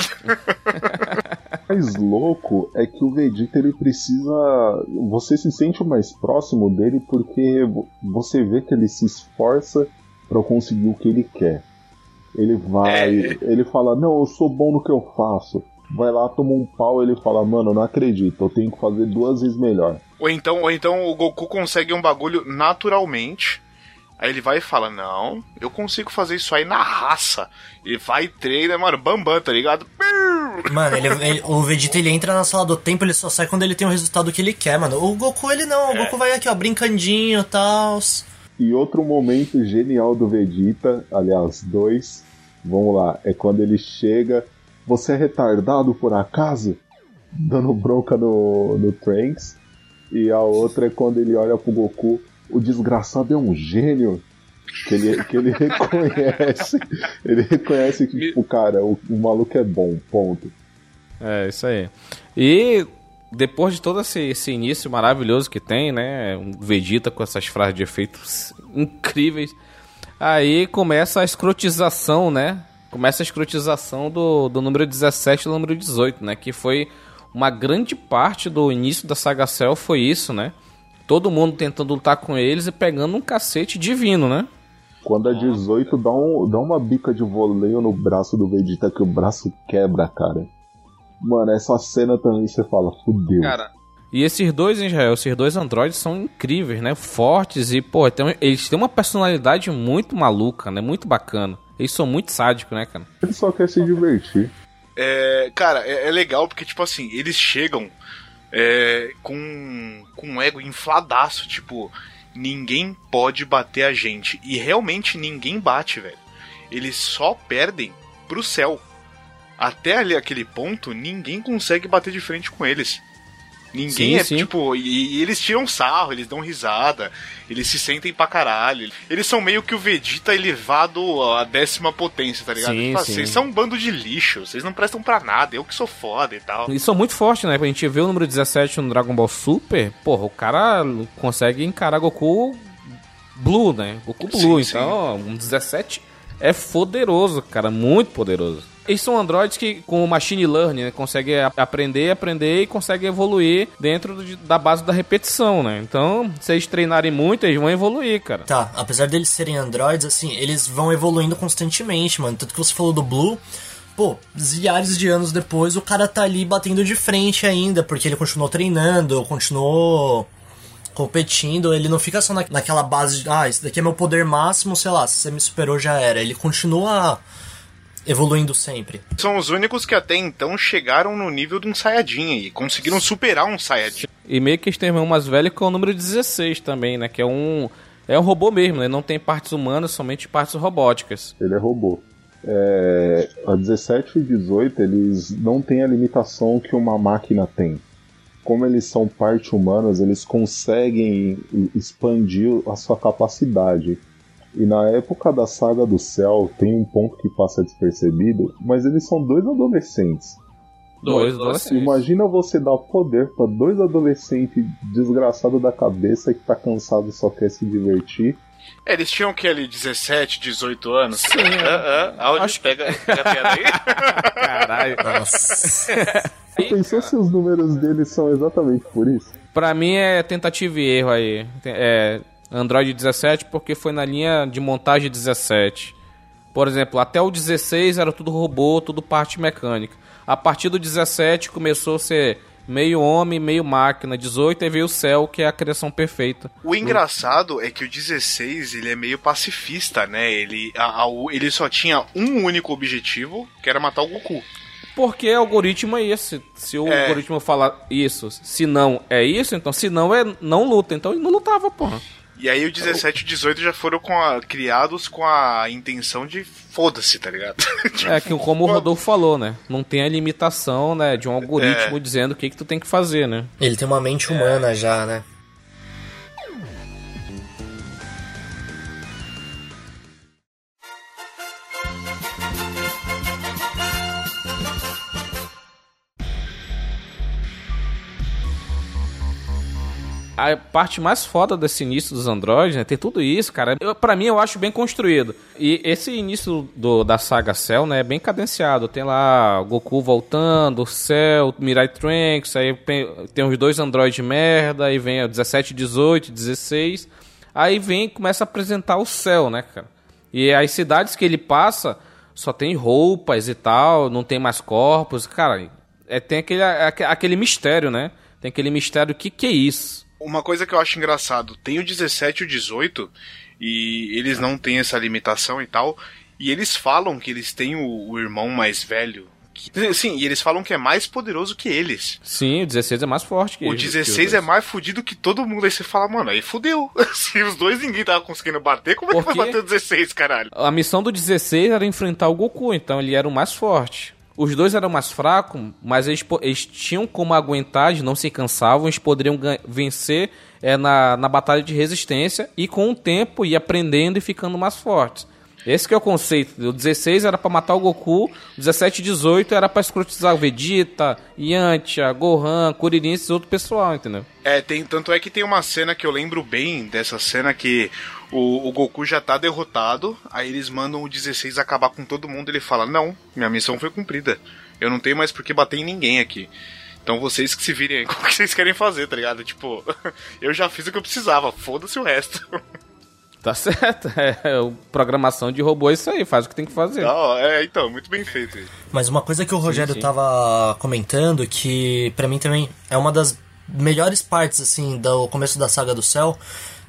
O mais louco é que o Vegeta, ele precisa... Você se sente mais próximo dele porque você vê que ele se esforça pra conseguir o que ele quer. Ele vai... Ele fala, não, eu sou bom no que eu faço. Vai lá, toma um pau, ele fala, mano, não acredito, eu tenho que fazer 2 vezes melhor. Ou então o Goku consegue um bagulho naturalmente. Aí ele vai e fala, não, eu consigo fazer isso aí na raça. E vai e treina, mano, bambam, tá ligado? Mano, o Vegeta, ele entra na sala do tempo, ele só sai quando ele tem o resultado que ele quer, mano. O Goku, ele não, o Goku vai aqui, ó, brincandinho e tal. E outro momento genial do Vegeta, aliás, 2, vamos lá, é quando ele chega... Você é retardado por acaso? Dando bronca no Trunks. E a outra é quando ele olha pro Goku. O desgraçado é um gênio. Que ele reconhece. Ele reconhece que, tipo, cara, o maluco é bom, ponto. É, isso aí. E depois de todo esse início maravilhoso que tem, né? Um Vegeta com essas frases de efeitos incríveis. Aí começa a escrotização, né? Começa a escrotização do número 17 e do número 18, né? Que foi uma grande parte do início da saga Cell, foi isso, né? Todo mundo tentando lutar com eles e pegando um cacete divino, né? Quando a 18 dá uma bica de voleio no braço do Vegeta, que o braço quebra, cara. Mano, essa cena também você fala, fudeu. Cara, e esses dois, em Israel, esses dois androides são incríveis, né? Fortes e, pô, eles têm uma personalidade muito maluca, né? Muito bacana. Eles são muito sádicos, né, cara? Ele só quer se divertir. Cara, é legal porque, tipo assim, eles chegam com um ego infladaço, tipo, ninguém pode bater a gente. E realmente ninguém bate, velho. Eles só perdem pro céu. Até ali, aquele ponto, ninguém consegue bater de frente com eles. Ninguém Sim. tipo... E eles tiram sarro, eles dão risada, eles se sentem pra caralho. Eles são meio que o Vegeta elevado à 10ª potência, tá ligado? Sim, sim. Vocês são um bando de lixo, vocês não prestam pra nada, eu que sou foda e tal. Eles são muito fortes, né? A gente vê o número 17 no Dragon Ball Super, porra, o cara consegue encarar Goku Blue, né? Goku Blue, Sim, então, um 17 é poderoso, cara, muito poderoso. Eles são androides que, com o machine learning, né, conseguem aprender e conseguem evoluir dentro da base da repetição, né? Então, se eles treinarem muito, eles vão evoluir, cara. Tá, apesar deles serem androides, assim, eles vão evoluindo constantemente, mano. Tanto que você falou do Blue, pô, zilhares de anos depois, o cara tá ali batendo de frente ainda, porque ele continuou treinando, continuou competindo, ele não fica só naquela base de, esse daqui é meu poder máximo, sei lá, se você me superou já era. Ele continua evoluindo sempre. São os únicos que até então chegaram no nível de um Saiyajin e conseguiram superar um Saiyajin. E meio que eles têm um irmão mais velho que é o número 16 também, né? Que é um robô mesmo, né? Não tem partes humanas, somente partes robóticas. Ele é robô. A 17 e 18, eles não têm a limitação que uma máquina tem. Como eles são parte humanas, eles conseguem expandir a sua capacidade. E na época da Saga do Cell, tem um ponto que passa despercebido, mas eles são 2 adolescentes. Dois adolescentes. Imagina você dar poder pra 2 adolescentes desgraçados da cabeça que tá cansado e só quer se divertir. Eles tinham que ali 17, 18 anos? Sim. Acho que pega a piada aí. Caralho. Nossa. Pensou se os números deles são exatamente por isso? Pra mim é tentativa e erro aí. Android 17 porque foi na linha de montagem 17. Por exemplo, até o 16 era tudo robô, tudo parte mecânica. A partir do 17 começou a ser meio homem, meio máquina. 18 aí veio o Cell, que é a criação perfeita. O engraçado é que o 16 ele é meio pacifista, né? Ele só tinha um único objetivo, que era matar o Goku. Porque o algoritmo é esse. Se o algoritmo falar isso, se não é isso, então se não é não luta. Então ele não lutava, porra. E aí o 17 e o 18 já foram criados com a intenção de foda-se, tá ligado? Que como o Rodolfo falou, né? Não tem a limitação, né, de um algoritmo dizendo o que tu tem que fazer, né? Ele tem uma mente humana já, né? A parte mais foda desse início dos androides, né? Tem tudo isso, cara. Pra mim, eu acho bem construído. E esse início da saga Cell, né? É bem cadenciado. Tem lá o Goku voltando, o Cell, o Mirai Trunks, aí tem os 2 androides merda, aí vem o 17, 18, 16. Aí começa a apresentar o Cell, né, cara? E as cidades que ele passa só tem roupas e tal, não tem mais corpos. Cara, tem aquele mistério, né? Tem aquele mistério, o que é isso? Uma coisa que eu acho engraçado, tem o 17 e o 18, e eles não têm essa limitação e tal, e eles falam que eles têm o irmão mais velho. Sim, e eles falam que é mais poderoso que eles. Sim, o 16 é mais forte que eles. O 16 é mais fudido que todo mundo. Aí você fala, mano, aí fudeu. Se os dois ninguém tava conseguindo bater, como é que vai bater o 16, caralho? A missão do 16 era enfrentar o Goku, então ele era o mais forte. Os 2 eram mais fracos, mas eles tinham como aguentar, eles não se cansavam, eles poderiam vencer na batalha de resistência e com o tempo ir aprendendo e ficando mais fortes. Esse que é o conceito. O 16 era pra matar o Goku, o 17 e 18 era pra escrotizar o Vegeta, Yantia, Gohan, Kuririn, esse outro pessoal, entendeu? Tanto é que tem uma cena que eu lembro bem dessa cena que o Goku já tá derrotado, aí eles mandam o 16 acabar com todo mundo, ele fala, não, minha missão foi cumprida, eu não tenho mais por que bater em ninguém aqui. Então vocês que se virem aí, como que vocês querem fazer, tá ligado? Tipo, eu já fiz o que eu precisava, foda-se o resto. Tá certo, programação de robô é isso aí, faz o que tem que fazer. Então, muito bem feito. Mas uma coisa que o Rogério tava comentando, que pra mim também é uma das melhores partes, assim, do começo da saga do Cell,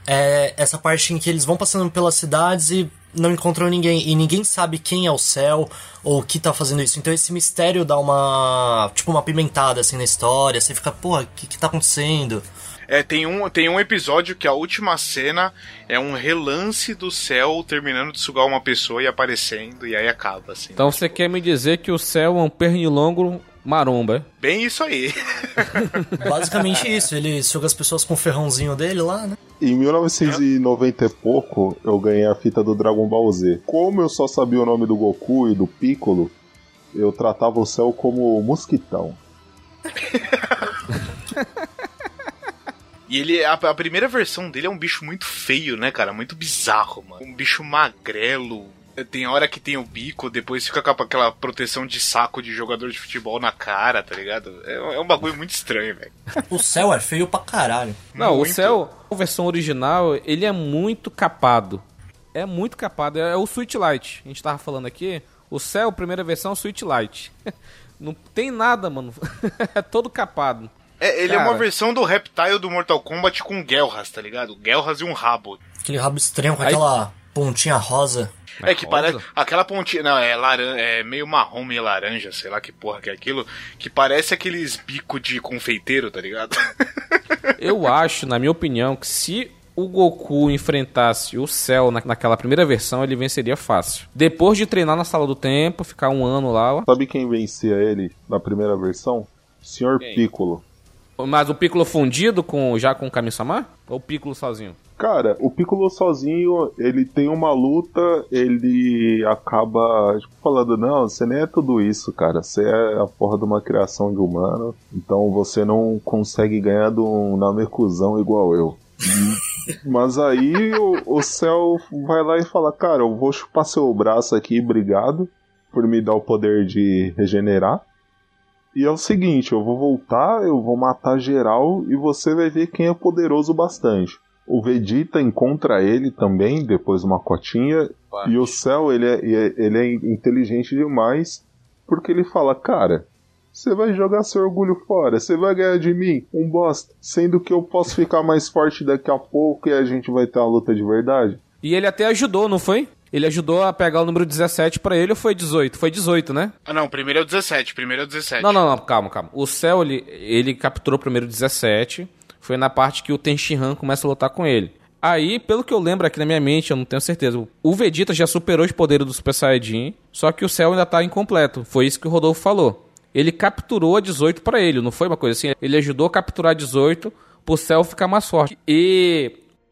é essa parte em que eles vão passando pelas cidades e não encontram ninguém, e ninguém sabe quem é o Cell ou o que tá fazendo isso. Então esse mistério dá uma pimentada, assim, na história, você fica, porra, o que tá acontecendo? Tem um episódio que a última cena é um relance do Cell terminando de sugar uma pessoa e aparecendo, e aí acaba, assim. Então você quer me dizer que o Cell é um pernilongo maromba. Bem isso aí. Basicamente isso, ele suga as pessoas com o ferrãozinho dele lá, né? Em 1990 e pouco, eu ganhei a fita do Dragon Ball Z. Como eu só sabia o nome do Goku e do Piccolo, eu tratava o Cell como mosquitão. E ele, a primeira versão dele é um bicho muito feio, né, cara? Muito bizarro, mano. Um bicho magrelo. Tem hora que tem o bico, depois fica com aquela proteção de saco de jogador de futebol na cara, tá ligado? É um bagulho muito estranho, velho. O Cell é feio pra caralho. Não, muito. O Cell, a versão original, ele é muito capado. É muito capado. É o Sweet Light. A gente tava falando aqui. O Cell, primeira versão, Sweet Light. Não tem nada, mano. É todo capado. Ele é uma versão do Reptile do Mortal Kombat com Gelras, tá ligado? Gelras e um rabo. Aquele rabo estranho com aquela pontinha rosa. É que parece... Aquela pontinha... Não, é meio marrom, meio laranja, sei lá que porra que é aquilo. Que parece aqueles bicos de confeiteiro, tá ligado? Eu acho, na minha opinião, que se o Goku enfrentasse o Cell naquela primeira versão, ele venceria fácil. Depois de treinar na Sala do Tempo, ficar um ano lá... Sabe quem vencia ele na primeira versão? Sr. Piccolo. Mas o Piccolo fundido já com o Kami-sama? Ou o Piccolo sozinho? Cara, o Piccolo sozinho, ele tem uma luta, ele acaba falando, não, você nem é tudo isso, cara, você é a porra de uma criação de humano, então você não consegue ganhar de um Namekusão igual eu. Mas aí o Cell vai lá e fala, cara, eu vou chupar seu braço aqui, obrigado por me dar o poder de regenerar. E é o seguinte, eu vou voltar, eu vou matar geral e você vai ver quem é poderoso bastante. O Vegeta encontra ele também, depois de uma cotinha, e o Cell, ele é inteligente demais, porque ele fala, cara, você vai jogar seu orgulho fora, você vai ganhar de mim, um bosta, sendo que eu posso ficar mais forte daqui a pouco e a gente vai ter uma luta de verdade. E ele até ajudou, não foi? Ele ajudou a pegar o número 17 pra ele ou foi 18? Foi 18, né? Ah, não, primeiro é o 17, Não, calma. O Cell, ele capturou primeiro o 17, foi na parte que o Tenshinhan começa a lutar com ele. Aí, pelo que eu lembro aqui na minha mente, eu não tenho certeza, o Vegeta já superou os poderes do Super Saiyajin, só que o Cell ainda tá incompleto, foi isso que o Rodolfo falou. Ele capturou a 18 pra ele, não foi uma coisa assim? Ele ajudou a capturar a 18 pro Cell ficar mais forte. E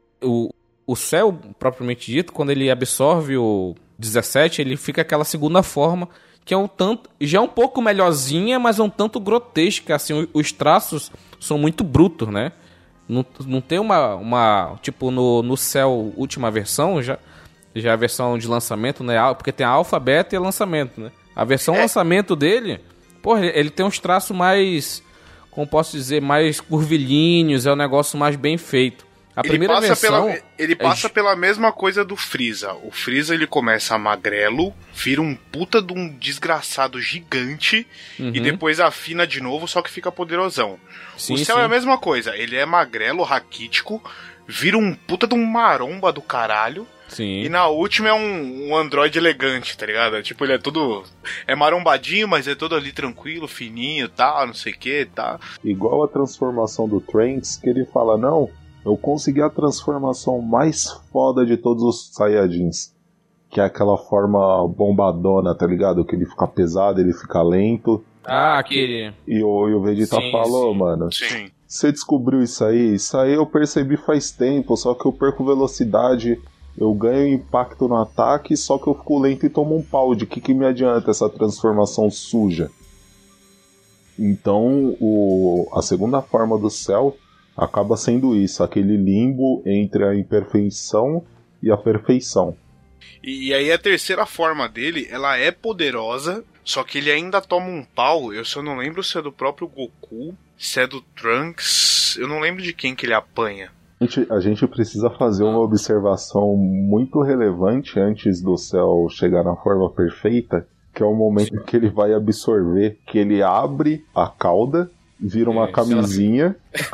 o Cell, propriamente dito, quando ele absorve o 17, ele fica aquela segunda forma, que é já é um pouco melhorzinha, mas é um tanto grotesca, assim, os traços são muito brutos, né? Não tem uma tipo, no Cell última versão, já a versão de lançamento, né? Porque tem a alfa, beta e lançamento, né? A versão lançamento dele, porra, ele tem uns traços mais, como posso dizer, mais curvilíneos, é um negócio mais bem feito. A primeira versão... Ele passa pela mesma coisa do Freeza. O Freeza, ele começa magrelo, vira um puta de um desgraçado gigante, e depois afina de novo, só que fica poderosão. Sim, o Cell é a mesma coisa. Ele é magrelo, raquítico, vira um puta de um maromba do caralho, sim. E na última é um androide elegante, tá ligado? Tipo, ele é todo... É marombadinho, mas é todo ali tranquilo, fininho, tal, não sei o que, tá. Igual a transformação do Trunks, que ele fala, não... Eu consegui a transformação mais foda de todos os Saiyajins. Que é aquela forma bombadona, tá ligado? Que ele fica pesado, ele fica lento. Ah, aquele... E o Vegeta falou, mano... Sim. Você descobriu isso aí? Isso aí eu percebi faz tempo, só que eu perco velocidade, eu ganho impacto no ataque, só que eu fico lento e tomo um pau. De que me adianta essa transformação suja? Então, a segunda forma do Cell... acaba sendo isso, aquele limbo entre a imperfeição e a perfeição. E aí a terceira forma dele, ela é poderosa, só que ele ainda toma um pau, eu só não lembro se é do próprio Goku, se é do Trunks, eu não lembro de quem que ele apanha. A gente precisa fazer uma observação muito relevante antes do Cell chegar na forma perfeita, que é o momento que ele vai absorver, que ele abre a cauda, vira uma camisinha.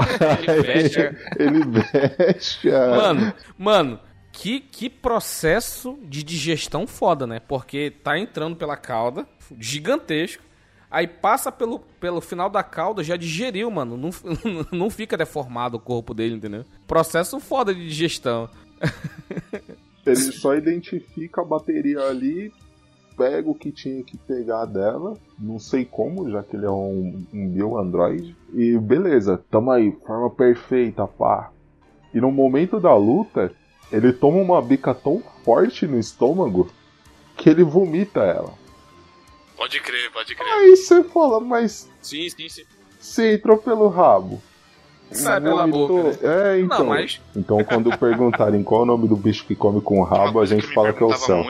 Ele veste. Mano, que processo de digestão foda, né? Porque tá entrando pela cauda, gigantesco. Aí passa pelo final da cauda, já digeriu, mano. Não fica deformado o corpo dele, entendeu? Processo foda de digestão. Ele só identifica a bateria ali, pega o que tinha que pegar dela, não sei como, já que ele é um bio-android. E beleza, tamo aí, forma perfeita, pá. E no momento da luta, ele toma uma bica tão forte no estômago que ele vomita ela. Pode crer. Aí você fala, mas... Sim. Você entrou pelo rabo. Sai pela boca, né? Então. Não, mas... Então, quando perguntarem qual é o nome do bicho que come com o rabo, a gente fala que é o céu.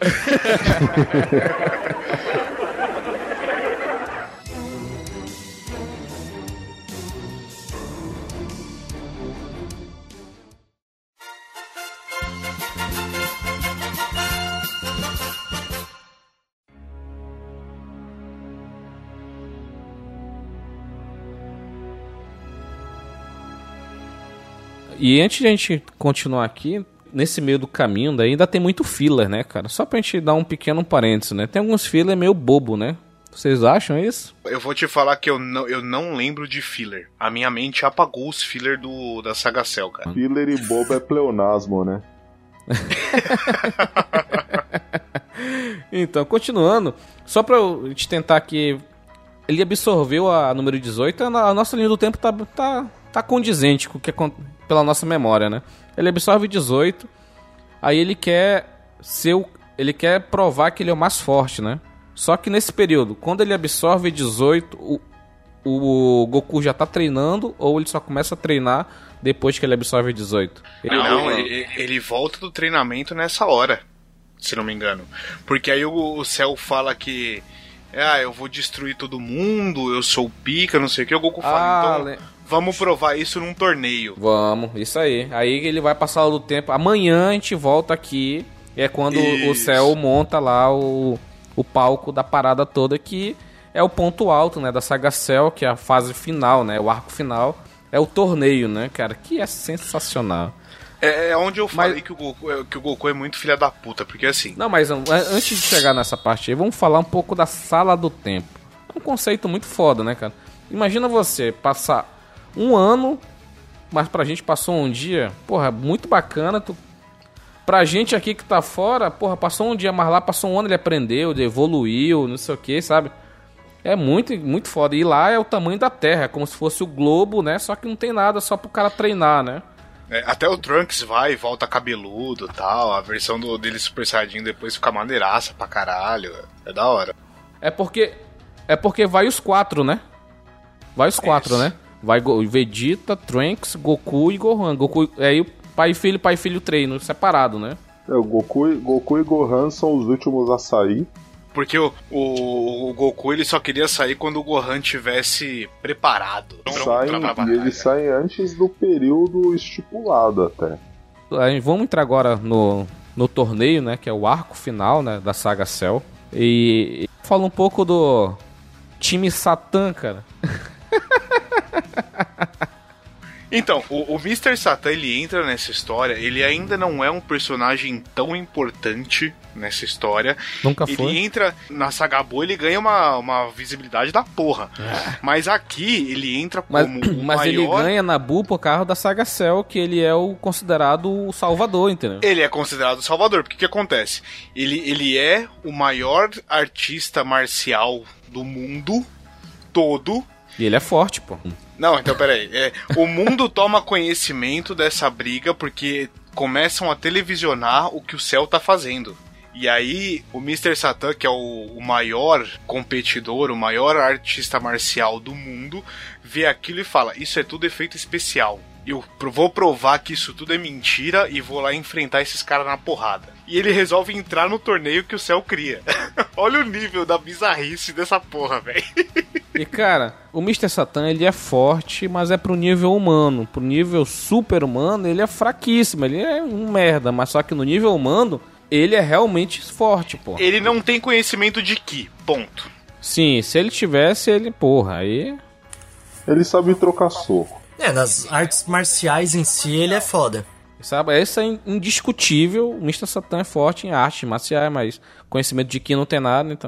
E antes de a gente continuar aqui, nesse meio do caminho daí, ainda tem muito filler, né, cara? Só pra gente dar um pequeno parênteses, né? Tem alguns filler meio bobo, né? Vocês acham isso? Eu vou te falar que eu não lembro de filler. A minha mente apagou os filler da Saga Cell, cara. Filler e bobo é pleonasmo, né? Então, continuando, só pra gente tentar aqui... Ele absorveu a número 18, a nossa linha do tempo tá condizente com o que pela nossa memória, né? Ele absorve 18, aí ele quer provar que ele é o mais forte, né? Só que nesse período, quando ele absorve 18, o Goku já tá treinando ou ele só começa a treinar depois que ele absorve 18? Ele volta do treinamento nessa hora, se não me engano. Porque aí o Cell fala que eu vou destruir todo mundo, eu sou pica, não sei o que. O Goku fala, então vamos provar isso num torneio. Vamos, isso aí. Aí ele vai passar do tempo. Amanhã a gente volta aqui. É quando o Cell monta lá o palco da parada toda, que é o ponto alto, né, da Saga Cell, que é a fase final, né, o arco final. É o torneio, né, cara, que é sensacional. É onde eu falei que o Goku é muito filha da puta, porque assim... Não, mas antes de chegar nessa parte aí, vamos falar um pouco da Sala do Tempo. É um conceito muito foda, né, cara? Imagina você passar um ano, mas pra gente passou um dia, porra, muito bacana. Pra gente aqui que tá fora, porra, passou um dia, mas lá passou um ano, ele aprendeu, ele evoluiu, não sei o que, sabe? É muito, muito foda. E lá é o tamanho da Terra, é como se fosse o globo, né? Só que não tem nada, só pro cara treinar, né? Até o Trunks vai e volta cabeludo e tal. A versão dele Super Saiyajin depois fica maneiraça pra caralho. É da hora. É porque vai os quatro, né? Vai os quatro, né? Vai Vegeta, Trunks, Goku e Gohan. Goku, aí pai e filho treino separado, né? O Goku e Gohan são os últimos a sair. Porque o Goku ele só queria sair quando o Gohan tivesse preparado. E eles saem antes do período estipulado até. Aí, vamos entrar agora no torneio, né? Que é o arco final, né, da Saga Cell. E fala um pouco do time Satan, cara. Então, o Mr. Satan, ele entra nessa história, ele ainda não é um personagem tão importante nessa história. Nunca foi. Ele entra na Saga Boa, ele ganha uma visibilidade da porra. Mas aqui, ele entra como o mas maior... ele ganha na Buu por causa da Saga Cell, que ele é considerado o salvador, entendeu? Ele é considerado o salvador, porque o que acontece? Ele é o maior artista marcial do mundo todo. E ele é forte, pô. Não, então peraí. O mundo toma conhecimento dessa briga porque começam a televisionar o que o Cell tá fazendo. E aí, o Mr. Satan, que é o maior competidor, o maior artista marcial do mundo, vê aquilo e fala, isso é tudo efeito especial. Eu vou provar que isso tudo é mentira e vou lá enfrentar esses caras na porrada. E ele resolve entrar no torneio que o Cell cria. Olha o nível da bizarrice dessa porra, velho. E cara, o Mr. Satan, ele é forte, mas é pro nível humano. Pro nível super humano, ele é fraquíssimo. Ele é um merda, mas só que no nível humano, ele é realmente forte, pô. Ele não tem conhecimento de Ki, ponto. Sim, se ele tivesse, aí... Ele sabe trocar soco. Nas artes marciais em si, ele é foda. Sabe, essa é indiscutível. O Mr. Satan é forte em artes marciais, mas conhecimento de Ki não tem nada, então.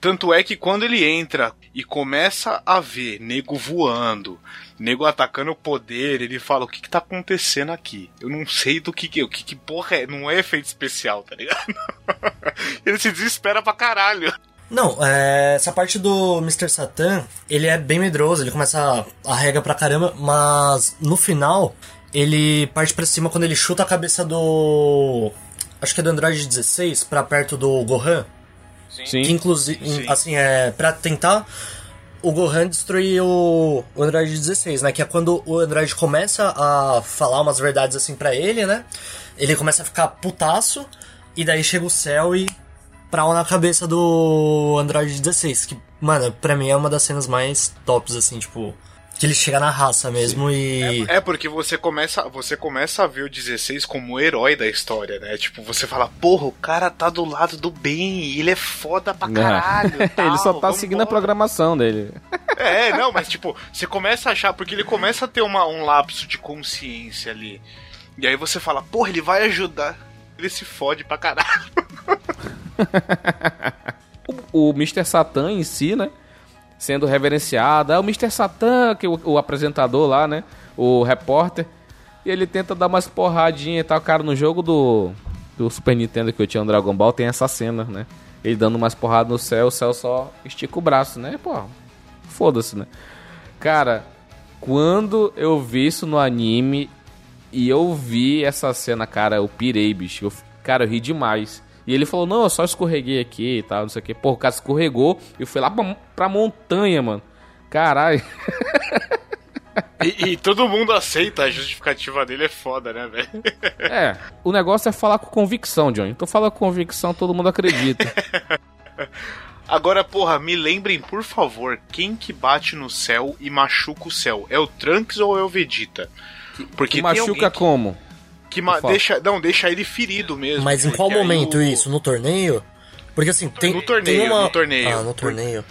Tanto é que quando ele entra e começa a ver nego voando, nego atacando o poder, ele fala, o que tá acontecendo aqui? Eu não sei do que porra é, não é efeito especial, tá ligado? Ele se desespera pra caralho. Não, essa parte do Mr. Satan, ele é bem medroso, ele começa a rega pra caramba, mas no final, ele parte pra cima quando ele chuta a cabeça do... acho que é do Android 16, pra perto do Gohan. Sim. Que inclusive, assim, pra tentar o Gohan destruir o Android 16, né? Que é quando o Android começa a falar umas verdades assim pra ele, né? Ele começa a ficar putaço, e daí chega o Cell e prau na cabeça do Android 16. Que, mano, pra mim é uma das cenas mais tops, assim, tipo... que ele chega na raça mesmo. Sim. E... É porque você começa a ver o 16 como o herói da história, né? Tipo, você fala, porra, o cara tá do lado do bem, ele é foda pra caralho. Tal, ele só tá seguindo a programação dele. Não, mas tipo, você começa a achar, porque ele começa a ter um lapso de consciência ali. E aí você fala, porra, ele vai ajudar. Ele se fode pra caralho. O Mr. Satan em si, né? Sendo reverenciado, o Mr. Satan, que o apresentador lá, né? O repórter. E ele tenta dar umas porradinhas e tal. Cara, no jogo do Super Nintendo que eu tinha no Dragon Ball, tem essa cena, né? Ele dando umas porradas no céu, o céu só estica o braço, né? Pô, foda-se, né? Cara, quando eu vi isso no anime e eu vi essa cena, cara, eu pirei, bicho. Cara, eu ri demais. E ele falou, não, eu só escorreguei aqui e tal, não sei o que. Pô, o cara escorregou e foi lá pra montanha, mano. Caralho. E todo mundo aceita, a justificativa dele é foda, né, velho? O negócio é falar com convicção, Johnny. Então fala com convicção, todo mundo acredita. Agora, porra, me lembrem, por favor, quem que bate no céu e machuca o céu? É o Trunks ou é o Vegeta? Porque machuca como? Deixa ele ferido mesmo. Mas em qual momento isso? No torneio? Porque assim, tem... No torneio. Ah, no torneio.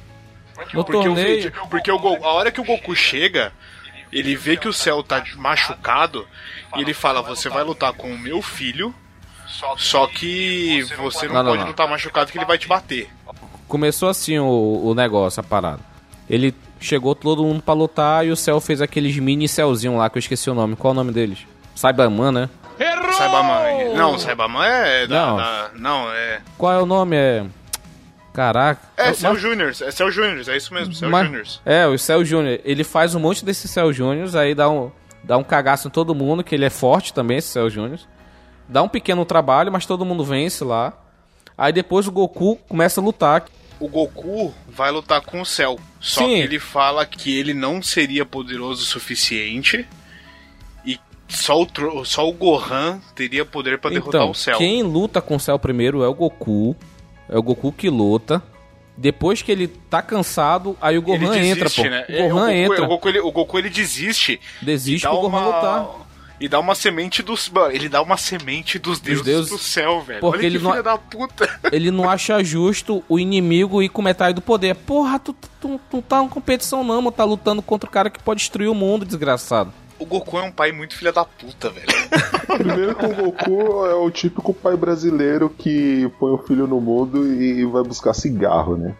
Porque a hora que o Goku chega, ele vê que o Cell tá machucado, e ele fala, você vai lutar com o meu filho, só que você não pode lutar machucado que ele vai te bater. Começou assim o negócio, a parada. Ele chegou todo mundo pra lutar e o Cell fez aqueles mini Cellzinho lá, que eu esqueci o nome. Qual é o nome deles? Saibaman, né? Errou! Saibaman. Não, Saibaman é Não, é... Qual é o nome? Caraca. Cell Juniors. É Cell Juniors, é isso mesmo, Cell Juniors. O Cell Junior. Ele faz um monte desses Cell Juniors, aí dá um cagaço em todo mundo, que ele é forte também, esse Cell Juniors. Dá um pequeno trabalho, mas todo mundo vence lá. Aí depois o Goku começa a lutar. O Goku vai lutar com o Cell. Só que ele fala que ele não seria poderoso o suficiente... Só o Gohan teria poder pra derrotar o Cell. Quem luta com o Cell primeiro é o Goku. É o Goku que luta. Depois que ele tá cansado, aí o Gohan desiste, entra, pô. Né? O Gohan entra. O Goku ele desiste. Desiste pro Gohan lutar. E dá uma semente dos... Ele dá uma semente dos deuses do céu, velho. Porque olha ele que filho da puta. Ele não acha justo o inimigo ir com metade do poder. Porra, tu tá em competição não, mano. Tá lutando contra o cara que pode destruir o mundo, desgraçado. O Goku é um pai muito filha da puta, velho. Primeiro que o Goku é o típico pai brasileiro que põe o filho no mundo e vai buscar cigarro, né?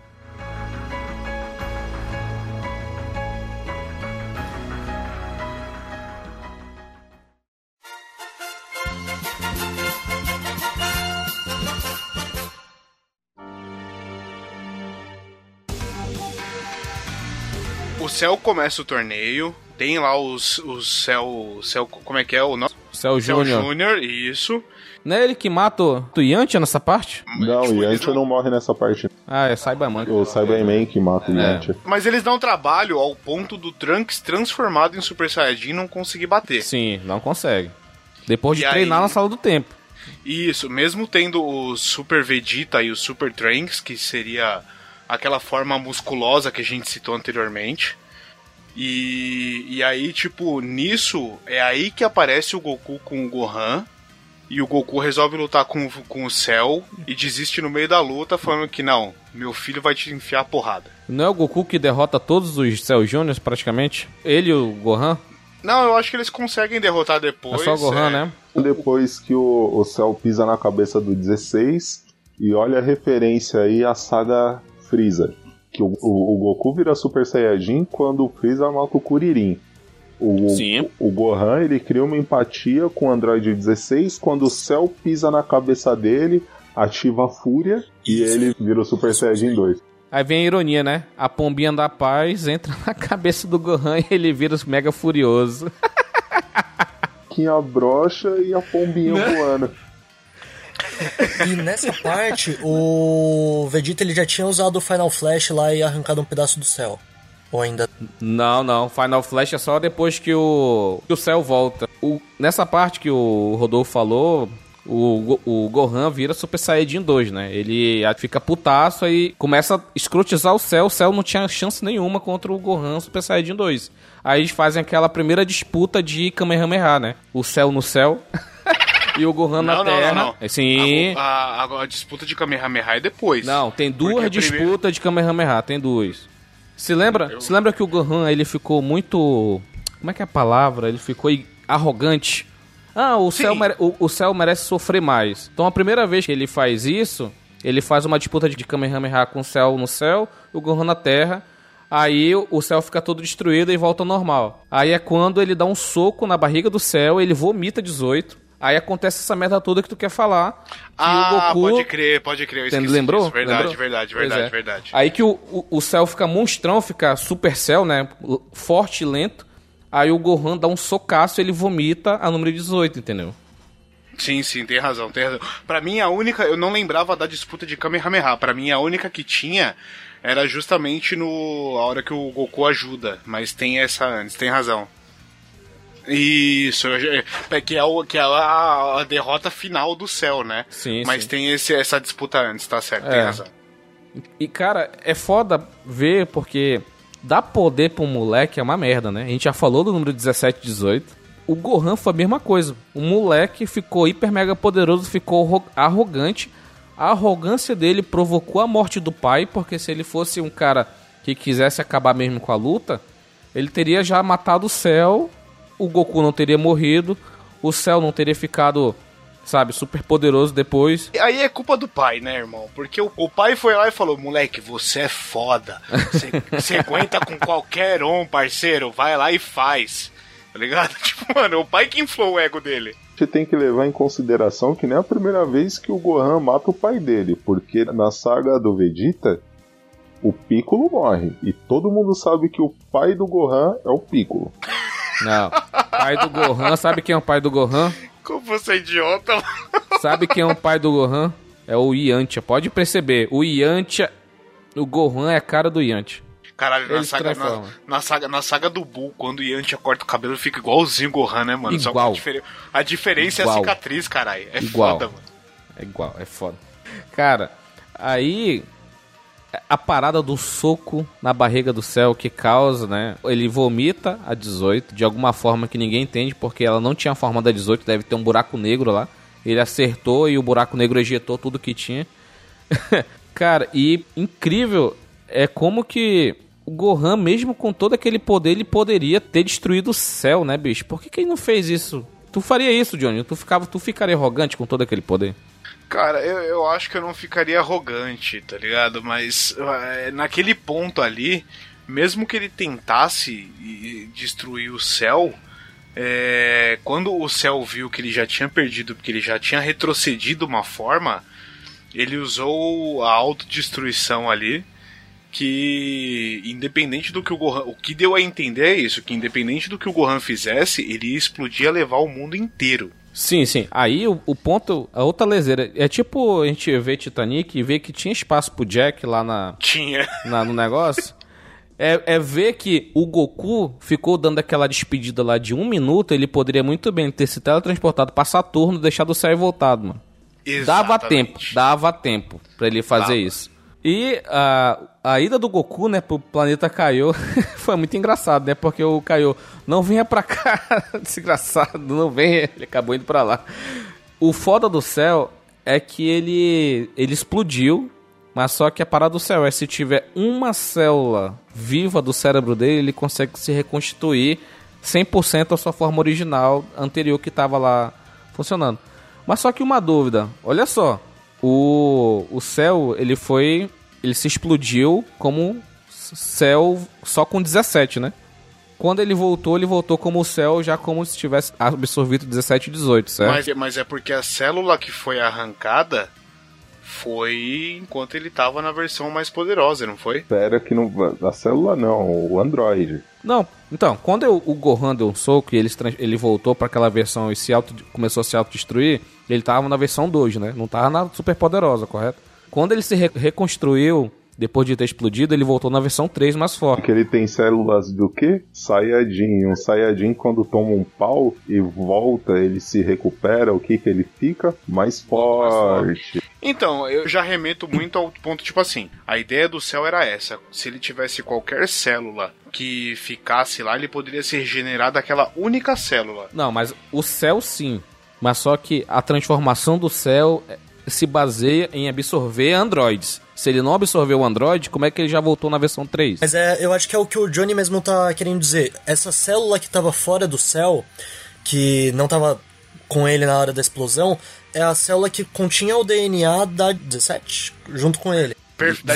O Cell começa o torneio, tem lá os Cell, como é que é o nome? Cell Junior, isso. Não é ele que mata o Yantia nessa parte? Não, o Yantia não morre nessa parte. É Saibaman. O Saibaman que mata o Yantia. Mas eles dão trabalho ao ponto do Trunks transformado em Super Saiyajin não conseguir bater. Sim, não consegue. Depois de treinar na sala do tempo. Isso, mesmo tendo o Super Vegeta e o Super Trunks, que seria aquela forma musculosa que a gente citou anteriormente. E aí, tipo, nisso, é aí que aparece o Goku com o Gohan. E o Goku resolve lutar com o Cell e desiste no meio da luta, falando que não, meu filho vai te enfiar a porrada. Não é o Goku que derrota todos os Cell Juniors, praticamente? Ele e o Gohan? Não, eu acho que eles conseguem derrotar depois. É só o Gohan, né? Depois que o Cell pisa na cabeça do 16, e olha a referência aí, a saga Freeza. Que o Goku vira Super Saiyajin quando o Freeza mata o Kuririn. O Gohan, ele cria uma empatia com o Android 16 quando o Cell pisa na cabeça dele, ativa a fúria e ele vira o Super Saiyajin 2. Aí vem a ironia, né? A pombinha da paz entra na cabeça do Gohan e ele vira o Mega Furioso. Que a brocha e a pombinha voando. E nessa parte, o Vegeta ele já tinha usado o Final Flash lá e arrancado um pedaço do céu. Ou ainda... Não. Final Flash é só depois que o Cell volta. Nessa parte que o Rodolfo falou, o Gohan vira Super Saiyajin 2, né? Ele fica putaço e começa a escrotizar o Cell. O Cell não tinha chance nenhuma contra o Gohan Super Saiyajin 2. Aí eles fazem aquela primeira disputa de Kamehameha, né? O Cell no céu... E o Gohan na Terra. Não. Sim. A disputa de Kamehameha é depois. Não, tem duas disputas de Kamehameha, tem duas. Se lembra que o Gohan, ele ficou muito... Como é que é a palavra? Ele ficou arrogante. O Cell merece sofrer mais. Então a primeira vez que ele faz isso, ele faz uma disputa de Kamehameha com o Cell no céu e o Gohan na Terra. Aí o Cell fica todo destruído e volta ao normal. Aí é quando ele dá um soco na barriga do Cell, ele vomita 18. Aí acontece essa merda toda que tu quer falar. Que o Goku... pode crer. Eu lembrou? Disso. Verdade. Aí que o Cell fica monstrão, fica Super Cell, né? Forte e lento. Aí o Gohan dá um socaço e ele vomita a número 18, entendeu? Sim, tem razão. Pra mim, a única... Eu não lembrava da disputa de Kamehameha. Pra mim, a única que tinha era justamente a hora que o Goku ajuda. Mas tem essa antes, tem razão. Isso, que é a derrota final do Cell, né? Mas tem essa disputa antes, tá certo, tem razão. E cara, é foda ver porque dar poder pra um moleque é uma merda, né? A gente já falou do número 17 e 18. O Gohan foi a mesma coisa. O moleque ficou hiper mega poderoso, ficou arrogante. A arrogância dele provocou a morte do pai, porque se ele fosse um cara que quisesse acabar mesmo com a luta, ele teria já matado o Cell. O Goku não teria morrido, o Cell não teria ficado, sabe, super poderoso depois. E aí é culpa do pai, né, irmão? Porque o pai foi lá e falou, moleque, você é foda. Você aguenta com qualquer um, parceiro. Vai lá e faz. Tá ligado? Tipo, mano, o pai que inflou o ego dele. Você tem que levar em consideração que nem é a primeira vez que o Gohan mata o pai dele. Porque na saga do Vegeta, o Piccolo morre. E todo mundo sabe que o pai do Gohan é o Piccolo. Não, pai do Gohan, sabe quem é o pai do Gohan? Como você é idiota. Sabe quem é o pai do Gohan? É o Yantia, pode perceber. O Yantia, o Gohan é a cara do Yantia. Caralho, na saga do Buu, quando o Yantia corta o cabelo, fica igualzinho o Gohan, né, mano? Igual. Só que a diferença é a cicatriz, caralho. É igual. Foda, mano. É igual, é foda. Cara, aí... A parada do soco na barriga do Cell que causa, né? Ele vomita a 18 de alguma forma que ninguém entende, porque ela não tinha a forma da 18, deve ter um buraco negro lá. Ele acertou e o buraco negro ejetou tudo que tinha. Cara, e incrível é como que o Gohan, mesmo com todo aquele poder, ele poderia ter destruído o Cell, né, bicho? Por que ele não fez isso? Tu faria isso, Johnny? Tu ficaria arrogante com todo aquele poder? Cara, eu acho que eu não ficaria arrogante, tá ligado? Mas naquele ponto ali, mesmo que ele tentasse destruir o Cell, quando o Cell viu que ele já tinha perdido, porque ele já tinha retrocedido uma forma, ele usou a autodestruição ali, que independente do que o Gohan... O que deu a entender é isso, que independente do que o Gohan fizesse, ele ia explodir, ia levar o mundo inteiro. Sim. Aí o ponto, a outra leseira, é tipo a gente vê Titanic e vê que tinha espaço pro Jack lá Tinha. No negócio. É ver que o Goku ficou dando aquela despedida lá de 1 minuto, ele poderia muito bem ter se teletransportado pra Saturno, deixado o céu e voltado, mano. Exatamente. Dava tempo pra ele fazer isso. E a ida do Goku, né, pro planeta Kaiô foi muito engraçado, né? Porque o Kaiô não vinha pra cá, desgraçado, não vem, ele acabou indo pra lá. O foda do Cell é que ele explodiu, mas só que a parada do Cell é se tiver uma célula viva do cérebro dele, ele consegue se reconstituir 100% a sua forma original anterior que tava lá funcionando. Mas só que uma dúvida, olha só. O Cell, ele foi ele se explodiu como Cell só com 17, né? Quando ele voltou como o Cell já como se tivesse absorvido 17 e 18, certo? Mas é porque a célula que foi arrancada foi enquanto ele tava na versão mais poderosa, não foi? Espera que não... A célula não, o Android. Não, então, quando o Gohan deu um soco e ele voltou pra aquela versão e começou a se autodestruir, ele tava na versão 2, né? Não tava na super poderosa, correto? Quando ele se reconstruiu, depois de ter explodido, ele voltou na versão 3 mais forte. Porque ele tem células do quê? Saiyajin. Um Saiyajin, quando toma um pau e volta, ele se recupera, o que ele fica? Mais forte. Então, eu já remeto muito ao ponto, tipo assim, a ideia do Cell era essa. Se ele tivesse qualquer célula que ficasse lá, ele poderia se regenerar daquela única célula. Não, mas o Cell sim. Mas só que a transformação do Cell se baseia em absorver androides. Se ele não absorveu o Android, como é que ele já voltou na versão 3? Mas eu acho que é o que o Johnny mesmo tá querendo dizer. Essa célula que tava fora do Cell, que não tava com ele na hora da explosão, é a célula que continha o DNA da 17, junto com ele. Da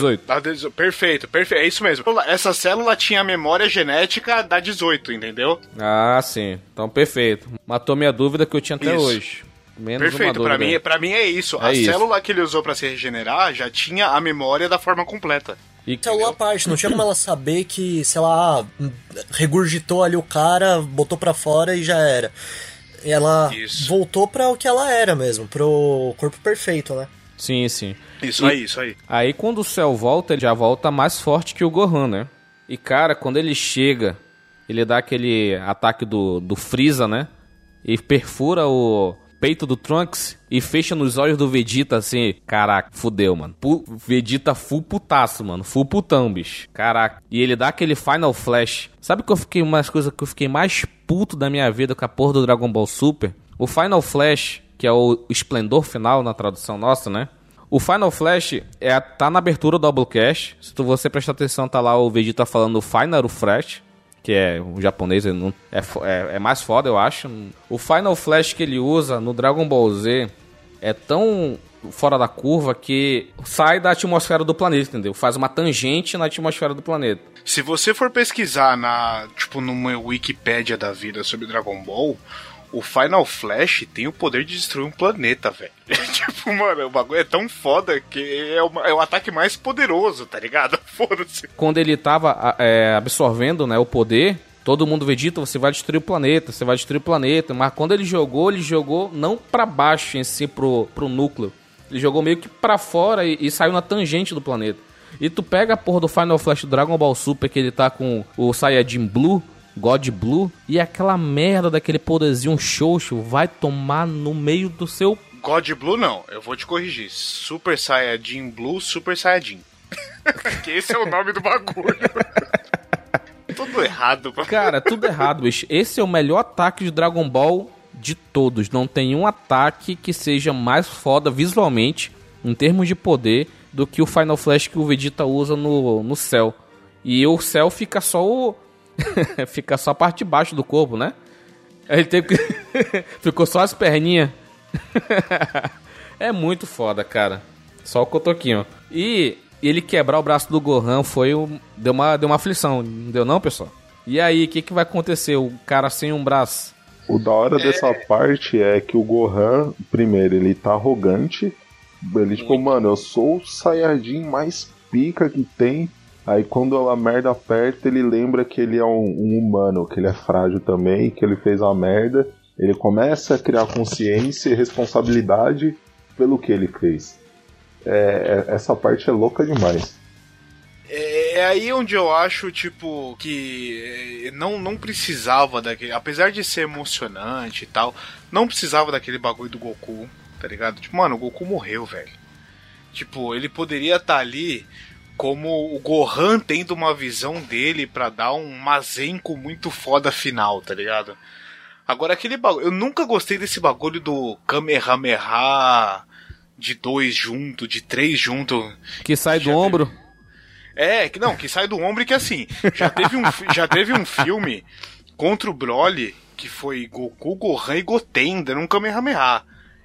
18. Perfeito. É isso mesmo. Essa célula tinha a memória genética da 18, entendeu? Ah, sim. Então, perfeito. Matou minha dúvida que eu tinha até hoje. Menos perfeito, pra mim é isso. A célula que ele usou pra se regenerar já tinha a memória da forma completa. E célula à parte, não tinha como ela saber que, sei lá, regurgitou ali o cara, botou pra fora e já era. Ela voltou pra o que ela era mesmo, pro corpo perfeito, né? Sim, sim. Isso aí. Aí quando o Cell volta, ele já volta mais forte que o Gohan, né? E cara, quando ele chega, ele dá aquele ataque do Freeza, né? E perfura o peito do Trunks e fecha nos olhos do Vegeta assim. Caraca, fudeu, mano. Vegeta full putaço, mano. Full putão, bicho. Caraca. E ele dá aquele Final Flash. Sabe que umas coisas que eu fiquei mais puto da minha vida com a porra do Dragon Ball Super? O Final Flash, que é o esplendor final na tradução nossa, né? O Final Flash tá na abertura do Doublecast. Se você prestar atenção, tá lá o Vegeta falando Final Flash, que é o japonês, é mais foda, eu acho. O Final Flash que ele usa no Dragon Ball Z é tão fora da curva que sai da atmosfera do planeta, entendeu? Faz uma tangente na atmosfera do planeta. Se você for pesquisar numa Wikipédia da vida sobre Dragon Ball, o Final Flash tem o poder de destruir um planeta, velho. Tipo, mano, o bagulho é tão foda que é o ataque mais poderoso, tá ligado? Foda-se. Quando ele tava absorvendo, né, o poder, todo mundo Vegeta, você vai destruir o planeta, mas quando ele jogou não pra baixo em si, pro núcleo. Ele jogou meio que pra fora e saiu na tangente do planeta. E tu pega a porra do Final Flash do Dragon Ball Super, que ele tá com o Saiyajin Blue, God Blue, e aquela merda daquele poderzinho xoxo vai tomar no meio do seu... God Blue não, eu vou te corrigir. Super Saiyajin Blue, Super Saiyajin. Que esse é o nome do bagulho. Tudo errado. Cara, tudo errado, bicho. Esse é o melhor ataque de Dragon Ball de todos. Não tem um ataque que seja mais foda visualmente, em termos de poder, do que o Final Flash que o Vegeta usa no Cell. E o Cell fica só fica só a parte de baixo do corpo, né? Ele ficou só as perninhas. É muito foda, cara. Só o cotoquinho. E ele quebrar o braço do Gohan deu uma aflição. Não deu não, pessoal? E aí, o que vai acontecer? O cara sem um braço? O da hora dessa parte é que o Gohan, primeiro, ele tá arrogante. Ele tipo, mano, eu sou o Saiyajin mais pica que tem. Aí quando a merda aperta, ele lembra que ele é um humano, que ele é frágil também, que ele fez uma merda. Ele começa a criar consciência e responsabilidade pelo que ele fez. Essa parte é louca demais. É aí onde eu acho, tipo, que não precisava daquele... Apesar de ser emocionante e tal, não precisava daquele bagulho do Goku, tá ligado? Tipo, mano, o Goku morreu, velho. Tipo, ele poderia estar ali como o Gohan tendo uma visão dele pra dar um Mazenko muito foda final, tá ligado? Agora, aquele bagulho... Eu nunca gostei desse bagulho do Kamehameha de 2 junto, de 3 junto. Que sai do ombro. Que sai do ombro e que assim, já teve um filme contra o Broly que foi Goku, Gohan e Goten dando um Kamehameha.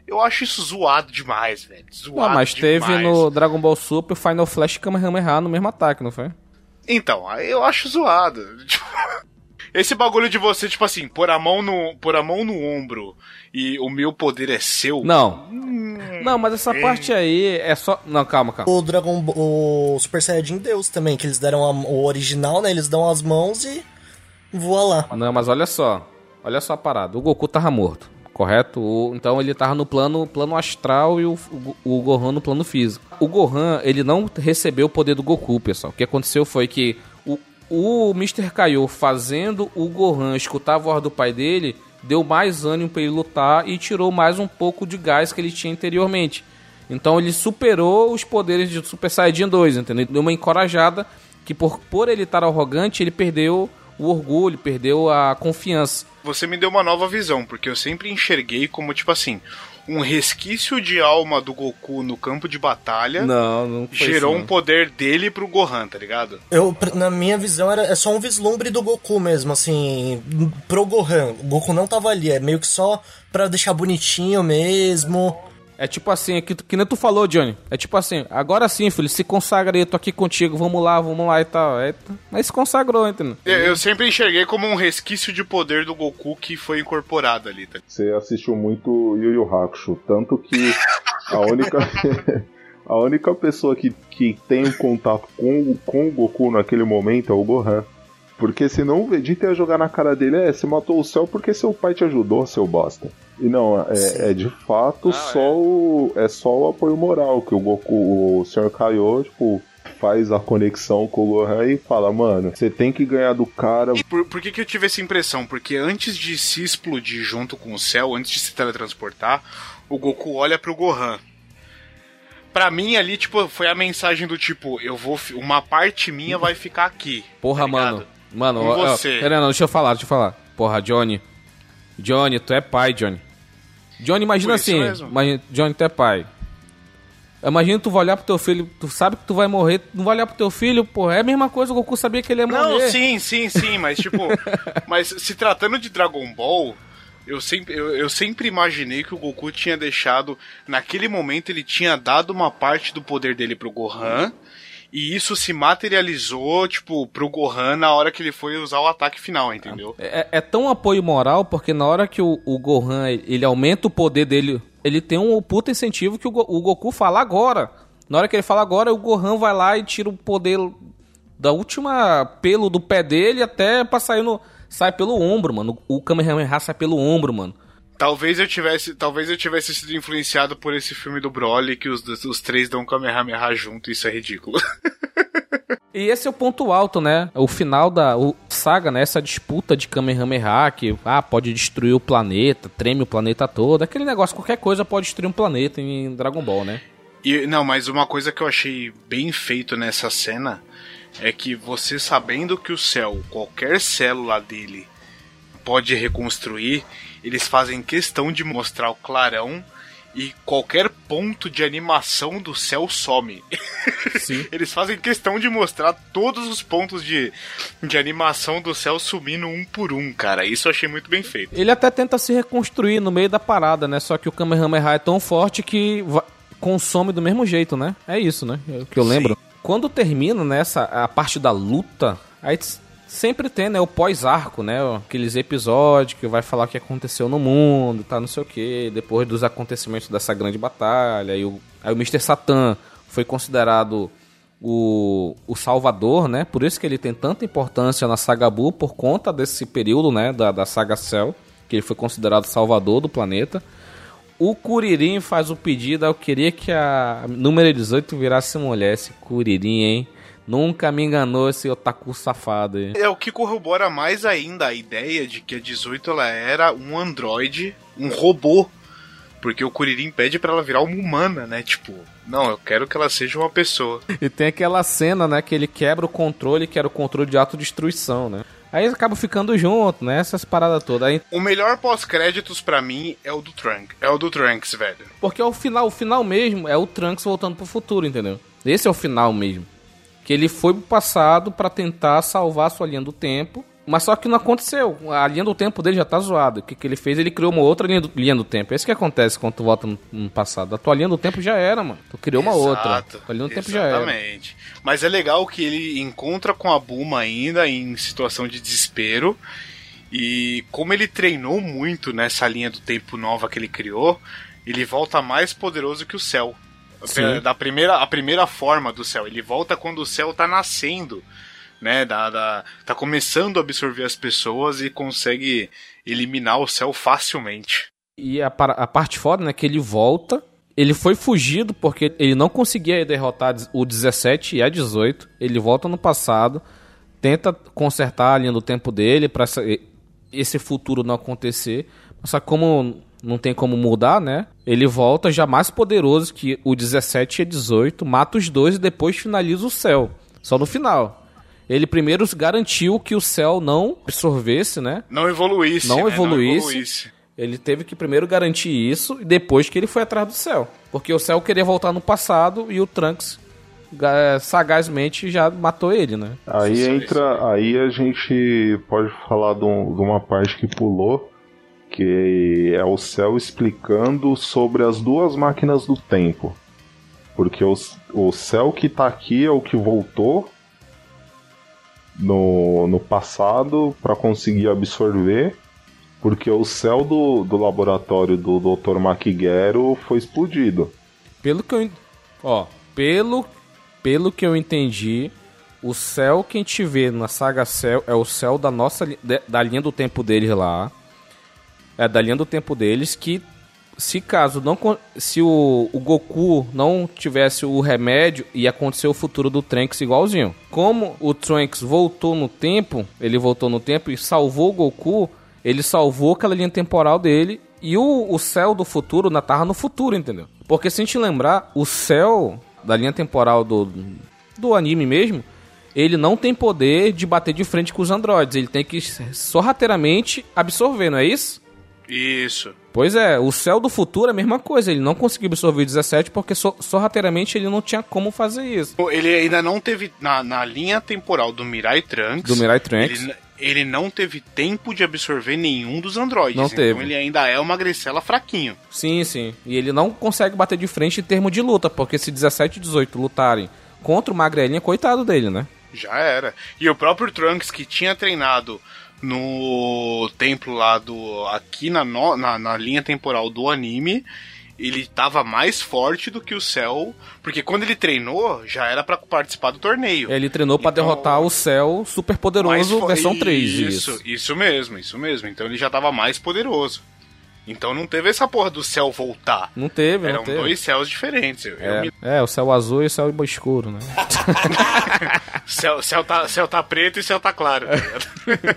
Eu acho isso zoado demais, velho. Zoado Não, mas demais. teve no Dragon Ball Super o Final Flash e Kamehameha no mesmo ataque, não foi? Então, aí eu acho zoado. Esse bagulho de você, tipo assim, pôr a mão no ombro e o meu poder é seu. Não. Não, mas essa parte aí é só... Não, calma. O Super Saiyajin Deus também, que eles deram o original, né? Eles dão as mãos e voa lá. Não, mas olha só. Olha só a parada. O Goku tava morto, correto? Então ele tava no plano astral e o Gohan no plano físico. O Gohan, ele não recebeu o poder do Goku, pessoal. O que aconteceu foi que o Mr. Kaiô fazendo o Gohan escutar a voz do pai dele deu mais ânimo pra ele lutar e tirou mais um pouco de gás que ele tinha anteriormente. Então ele superou os poderes de Super Saiyajin 2, entendeu? Deu uma encorajada que por ele estar arrogante, ele perdeu o orgulho, perdeu a confiança. Você me deu uma nova visão, porque eu sempre enxerguei como, tipo assim, um resquício de alma do Goku no campo de batalha não gerou isso, um poder dele pro Gohan, tá ligado? Na minha visão, é só um vislumbre do Goku mesmo, assim, pro Gohan. O Goku não tava ali, é meio que só pra deixar bonitinho mesmo. É tipo assim, que nem tu falou, Johnny. É tipo assim, agora sim, filho, se consagra aí, eu tô aqui contigo, vamos lá e tal. Mas se consagrou, entendeu? Eu sempre enxerguei como um resquício de poder do Goku que foi incorporado ali, tá? Você assistiu muito Yu Yu Hakusho, tanto que a única pessoa que tem um contato com o Goku naquele momento é o Gohan. Porque senão o Vegeta ia jogar na cara dele, você matou o Cell porque seu pai te ajudou, seu bosta. E não, é de fato só o apoio moral, que o Goku, o Sr. Kaiô, tipo, faz a conexão com o Gohan e fala, mano, você tem que ganhar do cara. E por que eu tive essa impressão? Porque antes de se explodir junto com o Cell, antes de se teletransportar, o Goku olha pro Gohan. Pra mim ali, tipo, foi a mensagem do tipo, uma parte minha vai ficar aqui. Porra, tá mano, você. Não, deixa eu falar. Porra, Johnny, tu é pai, Johnny. Johnny, imagina assim, Johnny, tu é pai. Imagina tu vai olhar pro teu filho, tu sabe que tu vai morrer, tu não vai olhar pro teu filho, porra, é a mesma coisa, o Goku sabia que ele ia morrer. Não, sim, mas tipo, mas se tratando de Dragon Ball, eu sempre imaginei que o Goku tinha deixado, naquele momento ele tinha dado uma parte do poder dele pro Gohan, e isso se materializou, tipo, pro Gohan na hora que ele foi usar o ataque final, entendeu? É tão apoio moral, porque na hora que o Gohan, ele aumenta o poder dele, ele tem um puta incentivo que o Goku fala agora. Na hora que ele fala agora, o Gohan vai lá e tira o poder da última pelo do pé dele até pra sai pelo ombro, mano. O Kamehameha sai pelo ombro, mano. Talvez eu tivesse sido influenciado por esse filme do Broly, que os três dão Kamehameha junto, isso é ridículo. E esse é o ponto alto, né? O final da saga, né? Essa disputa de Kamehameha, que pode destruir o planeta, treme o planeta todo. Aquele negócio, qualquer coisa pode destruir um planeta em Dragon Ball, né? Não, mas uma coisa que eu achei bem feito nessa cena é que você sabendo que o Cell, qualquer célula dele pode reconstruir, eles fazem questão de mostrar o clarão e qualquer ponto de animação do Cell some. Sim. Eles fazem questão de mostrar todos os pontos de animação do Cell sumindo um por um, cara. Isso eu achei muito bem feito. Ele até tenta se reconstruir no meio da parada, né? Só que o Kamehameha é tão forte que consome do mesmo jeito, né? É isso, né? É o que eu lembro. Sim. Quando termina, né, a parte da luta, aí sempre tem, né, o pós-arco, né, aqueles episódios que vai falar o que aconteceu no mundo, tá, não sei o que, depois dos acontecimentos dessa grande batalha, aí o Mr. Satan foi considerado o salvador, né, por isso que ele tem tanta importância na saga Buu, por conta desse período, né, da saga Cell, que ele foi considerado salvador do planeta. O Kuririn faz o pedido, eu queria que a número 18 virasse mulher, esse Kuririn, hein? Nunca me enganou esse otaku safado aí. É o que corrobora mais ainda a ideia de que a 18 ela era um androide, um robô. Porque o Kuririn pede pra ela virar uma humana, né? Tipo, não, eu quero que ela seja uma pessoa. E tem aquela cena, né, que ele quebra o controle, que era o controle de autodestruição, né? Aí eles acabam ficando junto, né? Essas paradas todas. Aí... O melhor pós-créditos pra mim é o do Trunks. É o do Trunks, velho. Porque o final mesmo é o Trunks voltando pro futuro, entendeu? Esse é o final mesmo. Que ele foi pro passado pra tentar salvar a sua linha do tempo Mas só que não aconteceu. A linha do tempo dele já tá zoada. O que ele fez? Ele criou uma outra linha do tempo. É isso que acontece quando tu volta no passado. A tua linha do tempo já era, mano. Tu criou uma outra. A tua linha do tempo já era. Exatamente. Mas é legal que ele encontra com a Bulma ainda em situação de desespero. E como ele treinou muito nessa linha do tempo nova que ele criou, ele volta mais poderoso que o Cell. A primeira forma do Cell. Ele volta quando o Cell tá nascendo, né? Tá começando a absorver as pessoas e consegue eliminar o Cell facilmente. E a parte foda, né? Que ele volta. Ele foi fugido porque ele não conseguia derrotar o 17 e a 18. Ele volta no passado, tenta consertar a linha do tempo dele pra esse futuro não acontecer. Só que como não tem como mudar, né? Ele volta já mais poderoso que o 17 e a 18, mata os dois e depois finaliza o Cell. Só no final. Ele primeiro garantiu que o Cell não absorvesse, né? Não evoluísse. Não evoluísse. Ele teve que primeiro garantir isso e depois que ele foi atrás do Cell. Porque o Cell queria voltar no passado e o Trunks sagazmente já matou ele, né? Aí a gente pode falar de uma parte que pulou, que é o Cell explicando sobre as duas máquinas do tempo. Porque o Cell que tá aqui é o que voltou no passado para conseguir absorver, porque o Cell do laboratório do Dr. Makiguero foi explodido. Pelo que eu entendi, o Cell que a gente vê na saga Cell é o Cell da linha do tempo deles lá. É da linha do tempo deles que, se o Goku não tivesse o remédio, ia acontecer o futuro do Trunks igualzinho. Como o Trunks voltou no tempo e salvou o Goku, ele salvou aquela linha temporal dele e o Cell do futuro tava no futuro, entendeu? Porque se a gente lembrar, o Cell da linha temporal do anime mesmo, ele não tem poder de bater de frente com os androides, ele tem que sorrateiramente absorver, não é isso? Isso. Pois é, o Cell do futuro é a mesma coisa. Ele não conseguiu absorver o 17 porque sorrateiramente ele não tinha como fazer isso. Ele ainda não teve, na linha temporal do Mirai Trunks, ele não teve tempo de absorver nenhum dos androides. Não teve. Então ele ainda é uma magricela fraquinho. Sim. E ele não consegue bater de frente em termos de luta, porque se 17 e 18 lutarem contra o magrelinha, coitado dele, né? Já era. E o próprio Trunks, que tinha treinado no templo lá aqui na linha temporal do anime, ele tava mais forte do que o Cell, porque quando ele treinou, já era pra participar do torneio. Ele treinou pra derrotar o Cell super poderoso versão 3. Isso mesmo. Então ele já tava mais poderoso. Então não teve essa porra do Cell voltar. Não teve. Eram dois céus diferentes. O céu azul e o céu escuro, né? céu tá preto e céu tá claro, tá ligado?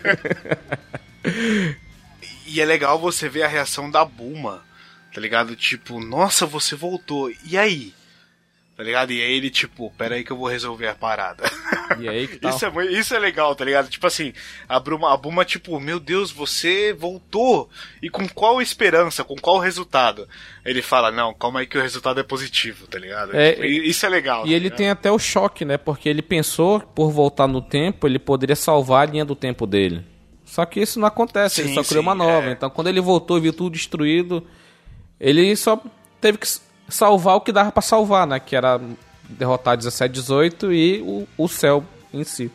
E é legal você ver a reação da Bulma, tá ligado? Tipo, nossa, você voltou. E aí? Tá ligado? E aí ele, tipo, pera aí que eu vou resolver a parada. E aí que tal? Isso é legal, tá ligado? Tipo assim, a Bulma, tipo, meu Deus, você voltou. E com qual esperança? Com qual resultado? Ele fala, não, calma aí que o resultado é positivo, tá ligado? Tipo, isso é legal. E ele tem até o choque, né? Porque ele pensou, por voltar no tempo, ele poderia salvar a linha do tempo dele. Só que isso não acontece, ele só criou uma nova. Então quando ele voltou e viu tudo destruído, ele só teve que salvar o que dava pra salvar, né? Que era derrotar 17, 18 e o Cell em si.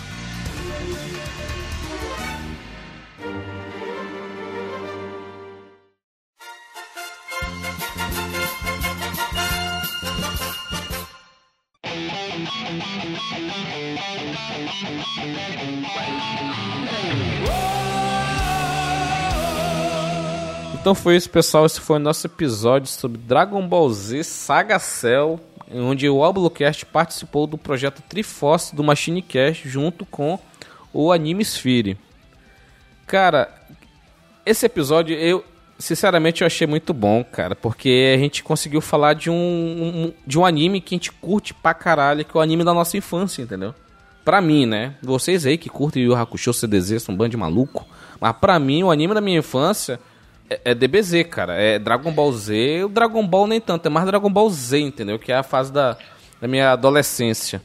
Então foi isso, pessoal. Esse foi o nosso episódio sobre Dragon Ball Z Saga Cell, onde o Alblocast participou do projeto Triforce do MachineCast junto com o Anime Sphere. Cara, esse episódio sinceramente eu achei muito bom, cara, porque a gente conseguiu falar de um anime que a gente curte pra caralho, que é o anime da nossa infância, entendeu? Pra mim, né? Vocês aí que curtem Yu Yu Hakusho, CDZ, são um bando de maluco, mas pra mim o anime da minha infância é DBZ, cara. É Dragon Ball Z. O Dragon Ball nem tanto, é mais Dragon Ball Z, entendeu? Que é a fase da minha adolescência.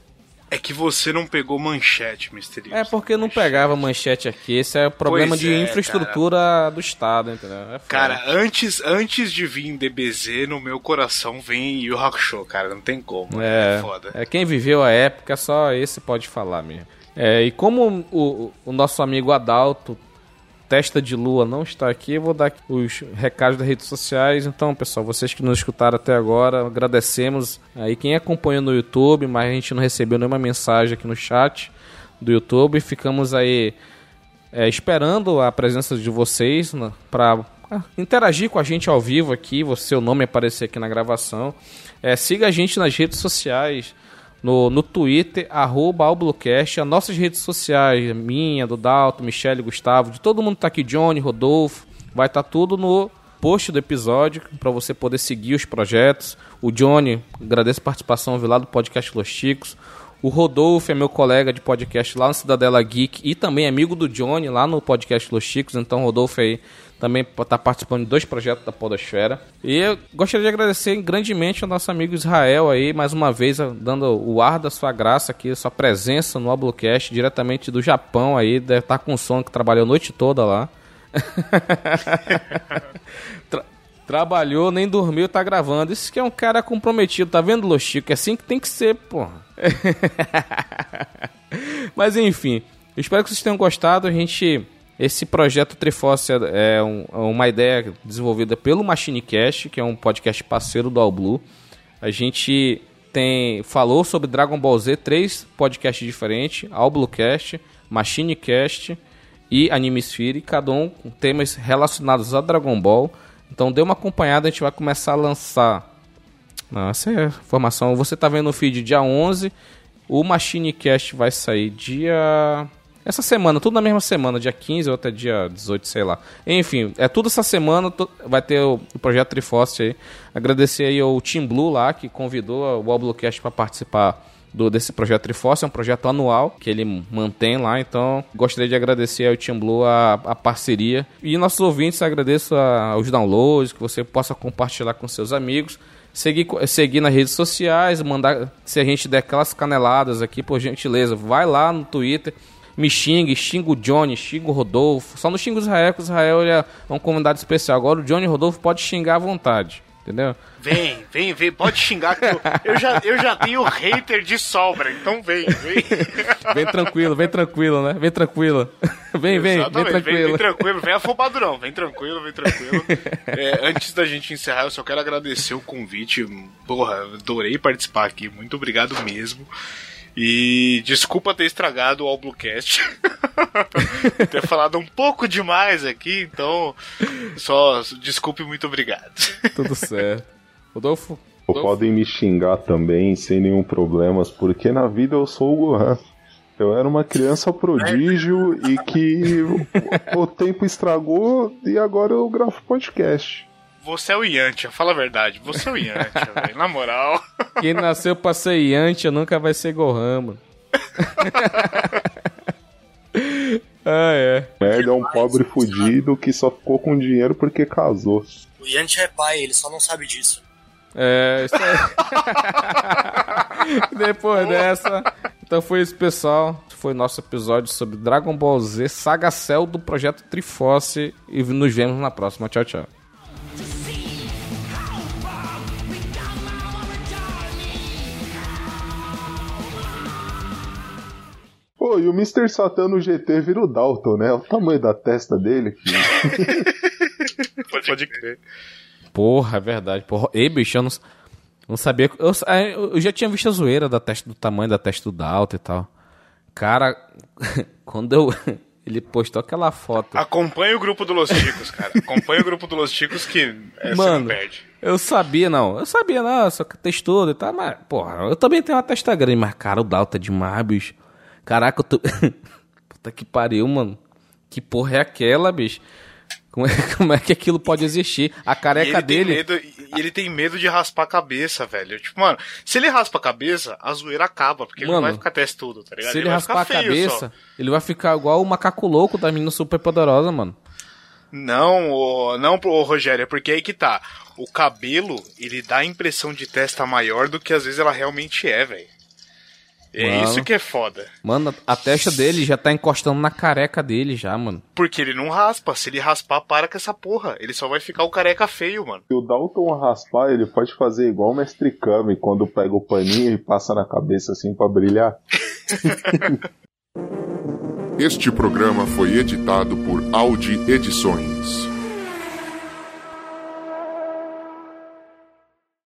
É que você não pegou manchete, Mr. Y. É porque não pegava manchete aqui. Esse é o problema de infraestrutura do estado, entendeu? Cara, antes de vir DBZ, no meu coração vem Yu Hakusho, cara. Não tem como. É foda. Quem viveu a época, só esse pode falar mesmo. E como o nosso amigo Adalto, Testa de Lua, não está aqui, eu vou dar os recados das redes sociais. Então, pessoal, vocês que nos escutaram até agora, agradecemos aí quem acompanha no YouTube, mas a gente não recebeu nenhuma mensagem aqui no chat do YouTube. Ficamos aí esperando a presença de vocês para interagir com a gente ao vivo aqui, seu nome aparecer aqui na gravação. Siga a gente nas redes sociais, no Twitter, @AlbluCast, as nossas redes sociais, minha, do Dalton, Michele, Gustavo, de todo mundo que tá aqui, Johnny, Rodolfo, vai estar tudo no post do episódio para você poder seguir os projetos. O Johnny, agradeço a participação, vi lá do podcast Los Chicos. O Rodolfo é meu colega de podcast lá no Cidadela Geek e também amigo do Johnny lá no podcast Los Chicos, então o Rodolfo aí também está participando de 2 projetos da Podosfera. E eu gostaria de agradecer grandemente ao nosso amigo Israel aí, mais uma vez, dando o ar da sua graça aqui, sua presença no Ablocast, diretamente do Japão aí, deve estar com sono, que trabalhou a noite toda lá. Trabalhou, nem dormiu, tá gravando. Isso que é um cara comprometido, tá vendo, Los Chico? É assim que tem que ser, porra. Mas enfim, eu espero que vocês tenham gostado. Esse projeto Triforce é uma ideia desenvolvida pelo MachineCast, que é um podcast parceiro do All Blue. A gente falou sobre Dragon Ball Z, 3 podcasts diferentes: All Bluecast, MachineCast e Animesphere, cada um com temas relacionados a Dragon Ball. Então dê uma acompanhada, a gente vai começar a lançar. Essa é a informação. Você tá vendo o feed dia 11, o MachineCast vai sair essa semana, tudo na mesma semana, dia 15 ou até dia 18, sei lá. Enfim, tudo essa semana, vai ter o projeto Triforce aí. Agradecer aí ao Team Blue lá, que convidou o Allbluecast para participar desse projeto Triforce. É um projeto anual que ele mantém lá, então gostaria de agradecer ao Team Blue a parceria. E nossos ouvintes, agradeço aos downloads, que você possa compartilhar com seus amigos. Seguir nas redes sociais, mandar, se a gente der aquelas caneladas aqui, por gentileza, vai lá no Twitter, me xinga o Johnny, xinga o Rodolfo. Só não xinga o Israel, que o Israel é um convidado especial. Agora o Johnny e o Rodolfo pode xingar à vontade, entendeu? Vem, pode xingar que eu já tenho hater de sobra, então vem. Vem tranquilo, né? Vem tranquilo. Vem tranquilo, vem afobado não, vem tranquilo. Antes da gente encerrar, eu só quero agradecer o convite. Porra, adorei participar aqui, muito obrigado mesmo. E desculpa ter estragado o Allbluecast. Ter falado um pouco demais aqui, então só desculpe, muito obrigado. Tudo certo. Rodolfo? Podem me xingar também, sem nenhum problema, porque na vida eu sou o Gohan. Eu era uma criança prodígio e que o tempo estragou e agora eu gravo podcast. Você é o Yantia, fala a verdade. Você é o Yantia, velho, na moral. Quem nasceu pra ser Yantia nunca vai ser Gohan, mano. Merda é um pobre fudido que só ficou com dinheiro porque casou. O Yantia é pai, ele só não sabe disso. Isso aí. Depois dessa, então foi isso, pessoal. Foi nosso episódio sobre Dragon Ball Z Saga Cell do projeto Triforce. E nos vemos na próxima. Tchau, tchau. Pô, e o Mr. Satan no GT vira o Dalton, né? O tamanho da testa dele. Pode crer. Porra, é verdade. Porra. Ei, bicho, eu não sabia. Eu já tinha visto a zoeira do tamanho da testa do Dalton e tal. Cara, quando ele postou aquela foto. Acompanha o grupo do Los Chicos, cara. Acompanha o grupo do Los Chicos que mano, você não perde. Eu sabia, só que textudo e tal, mas, porra, eu também tenho uma testa grande, mas, cara, o Dalton é demais, bicho. Caraca, eu tô. Puta que pariu, mano. Que porra é aquela, bicho? Como é que aquilo pode existir? A careca dele. Ele tem medo de raspar a cabeça, velho. Tipo, mano, se ele raspa a cabeça, a zoeira acaba, porque ele não vai ficar testudo, tá ligado? Se ele raspar a cabeça, ele vai ficar igual o macaco louco da menina super poderosa, mano. Não, Rogério, é porque aí que tá. O cabelo, ele dá a impressão de testa maior do que às vezes ela realmente é, velho. É isso que é foda. Mano, a testa dele já tá encostando na careca dele já, mano. Porque ele não raspa. Se ele raspar, para com essa porra. Ele só vai ficar o careca feio, mano. Se o Dalton raspar, ele pode fazer igual o Mestre Kami, quando pega o paninho e passa na cabeça assim pra brilhar. Este programa foi editado por Audi Edições.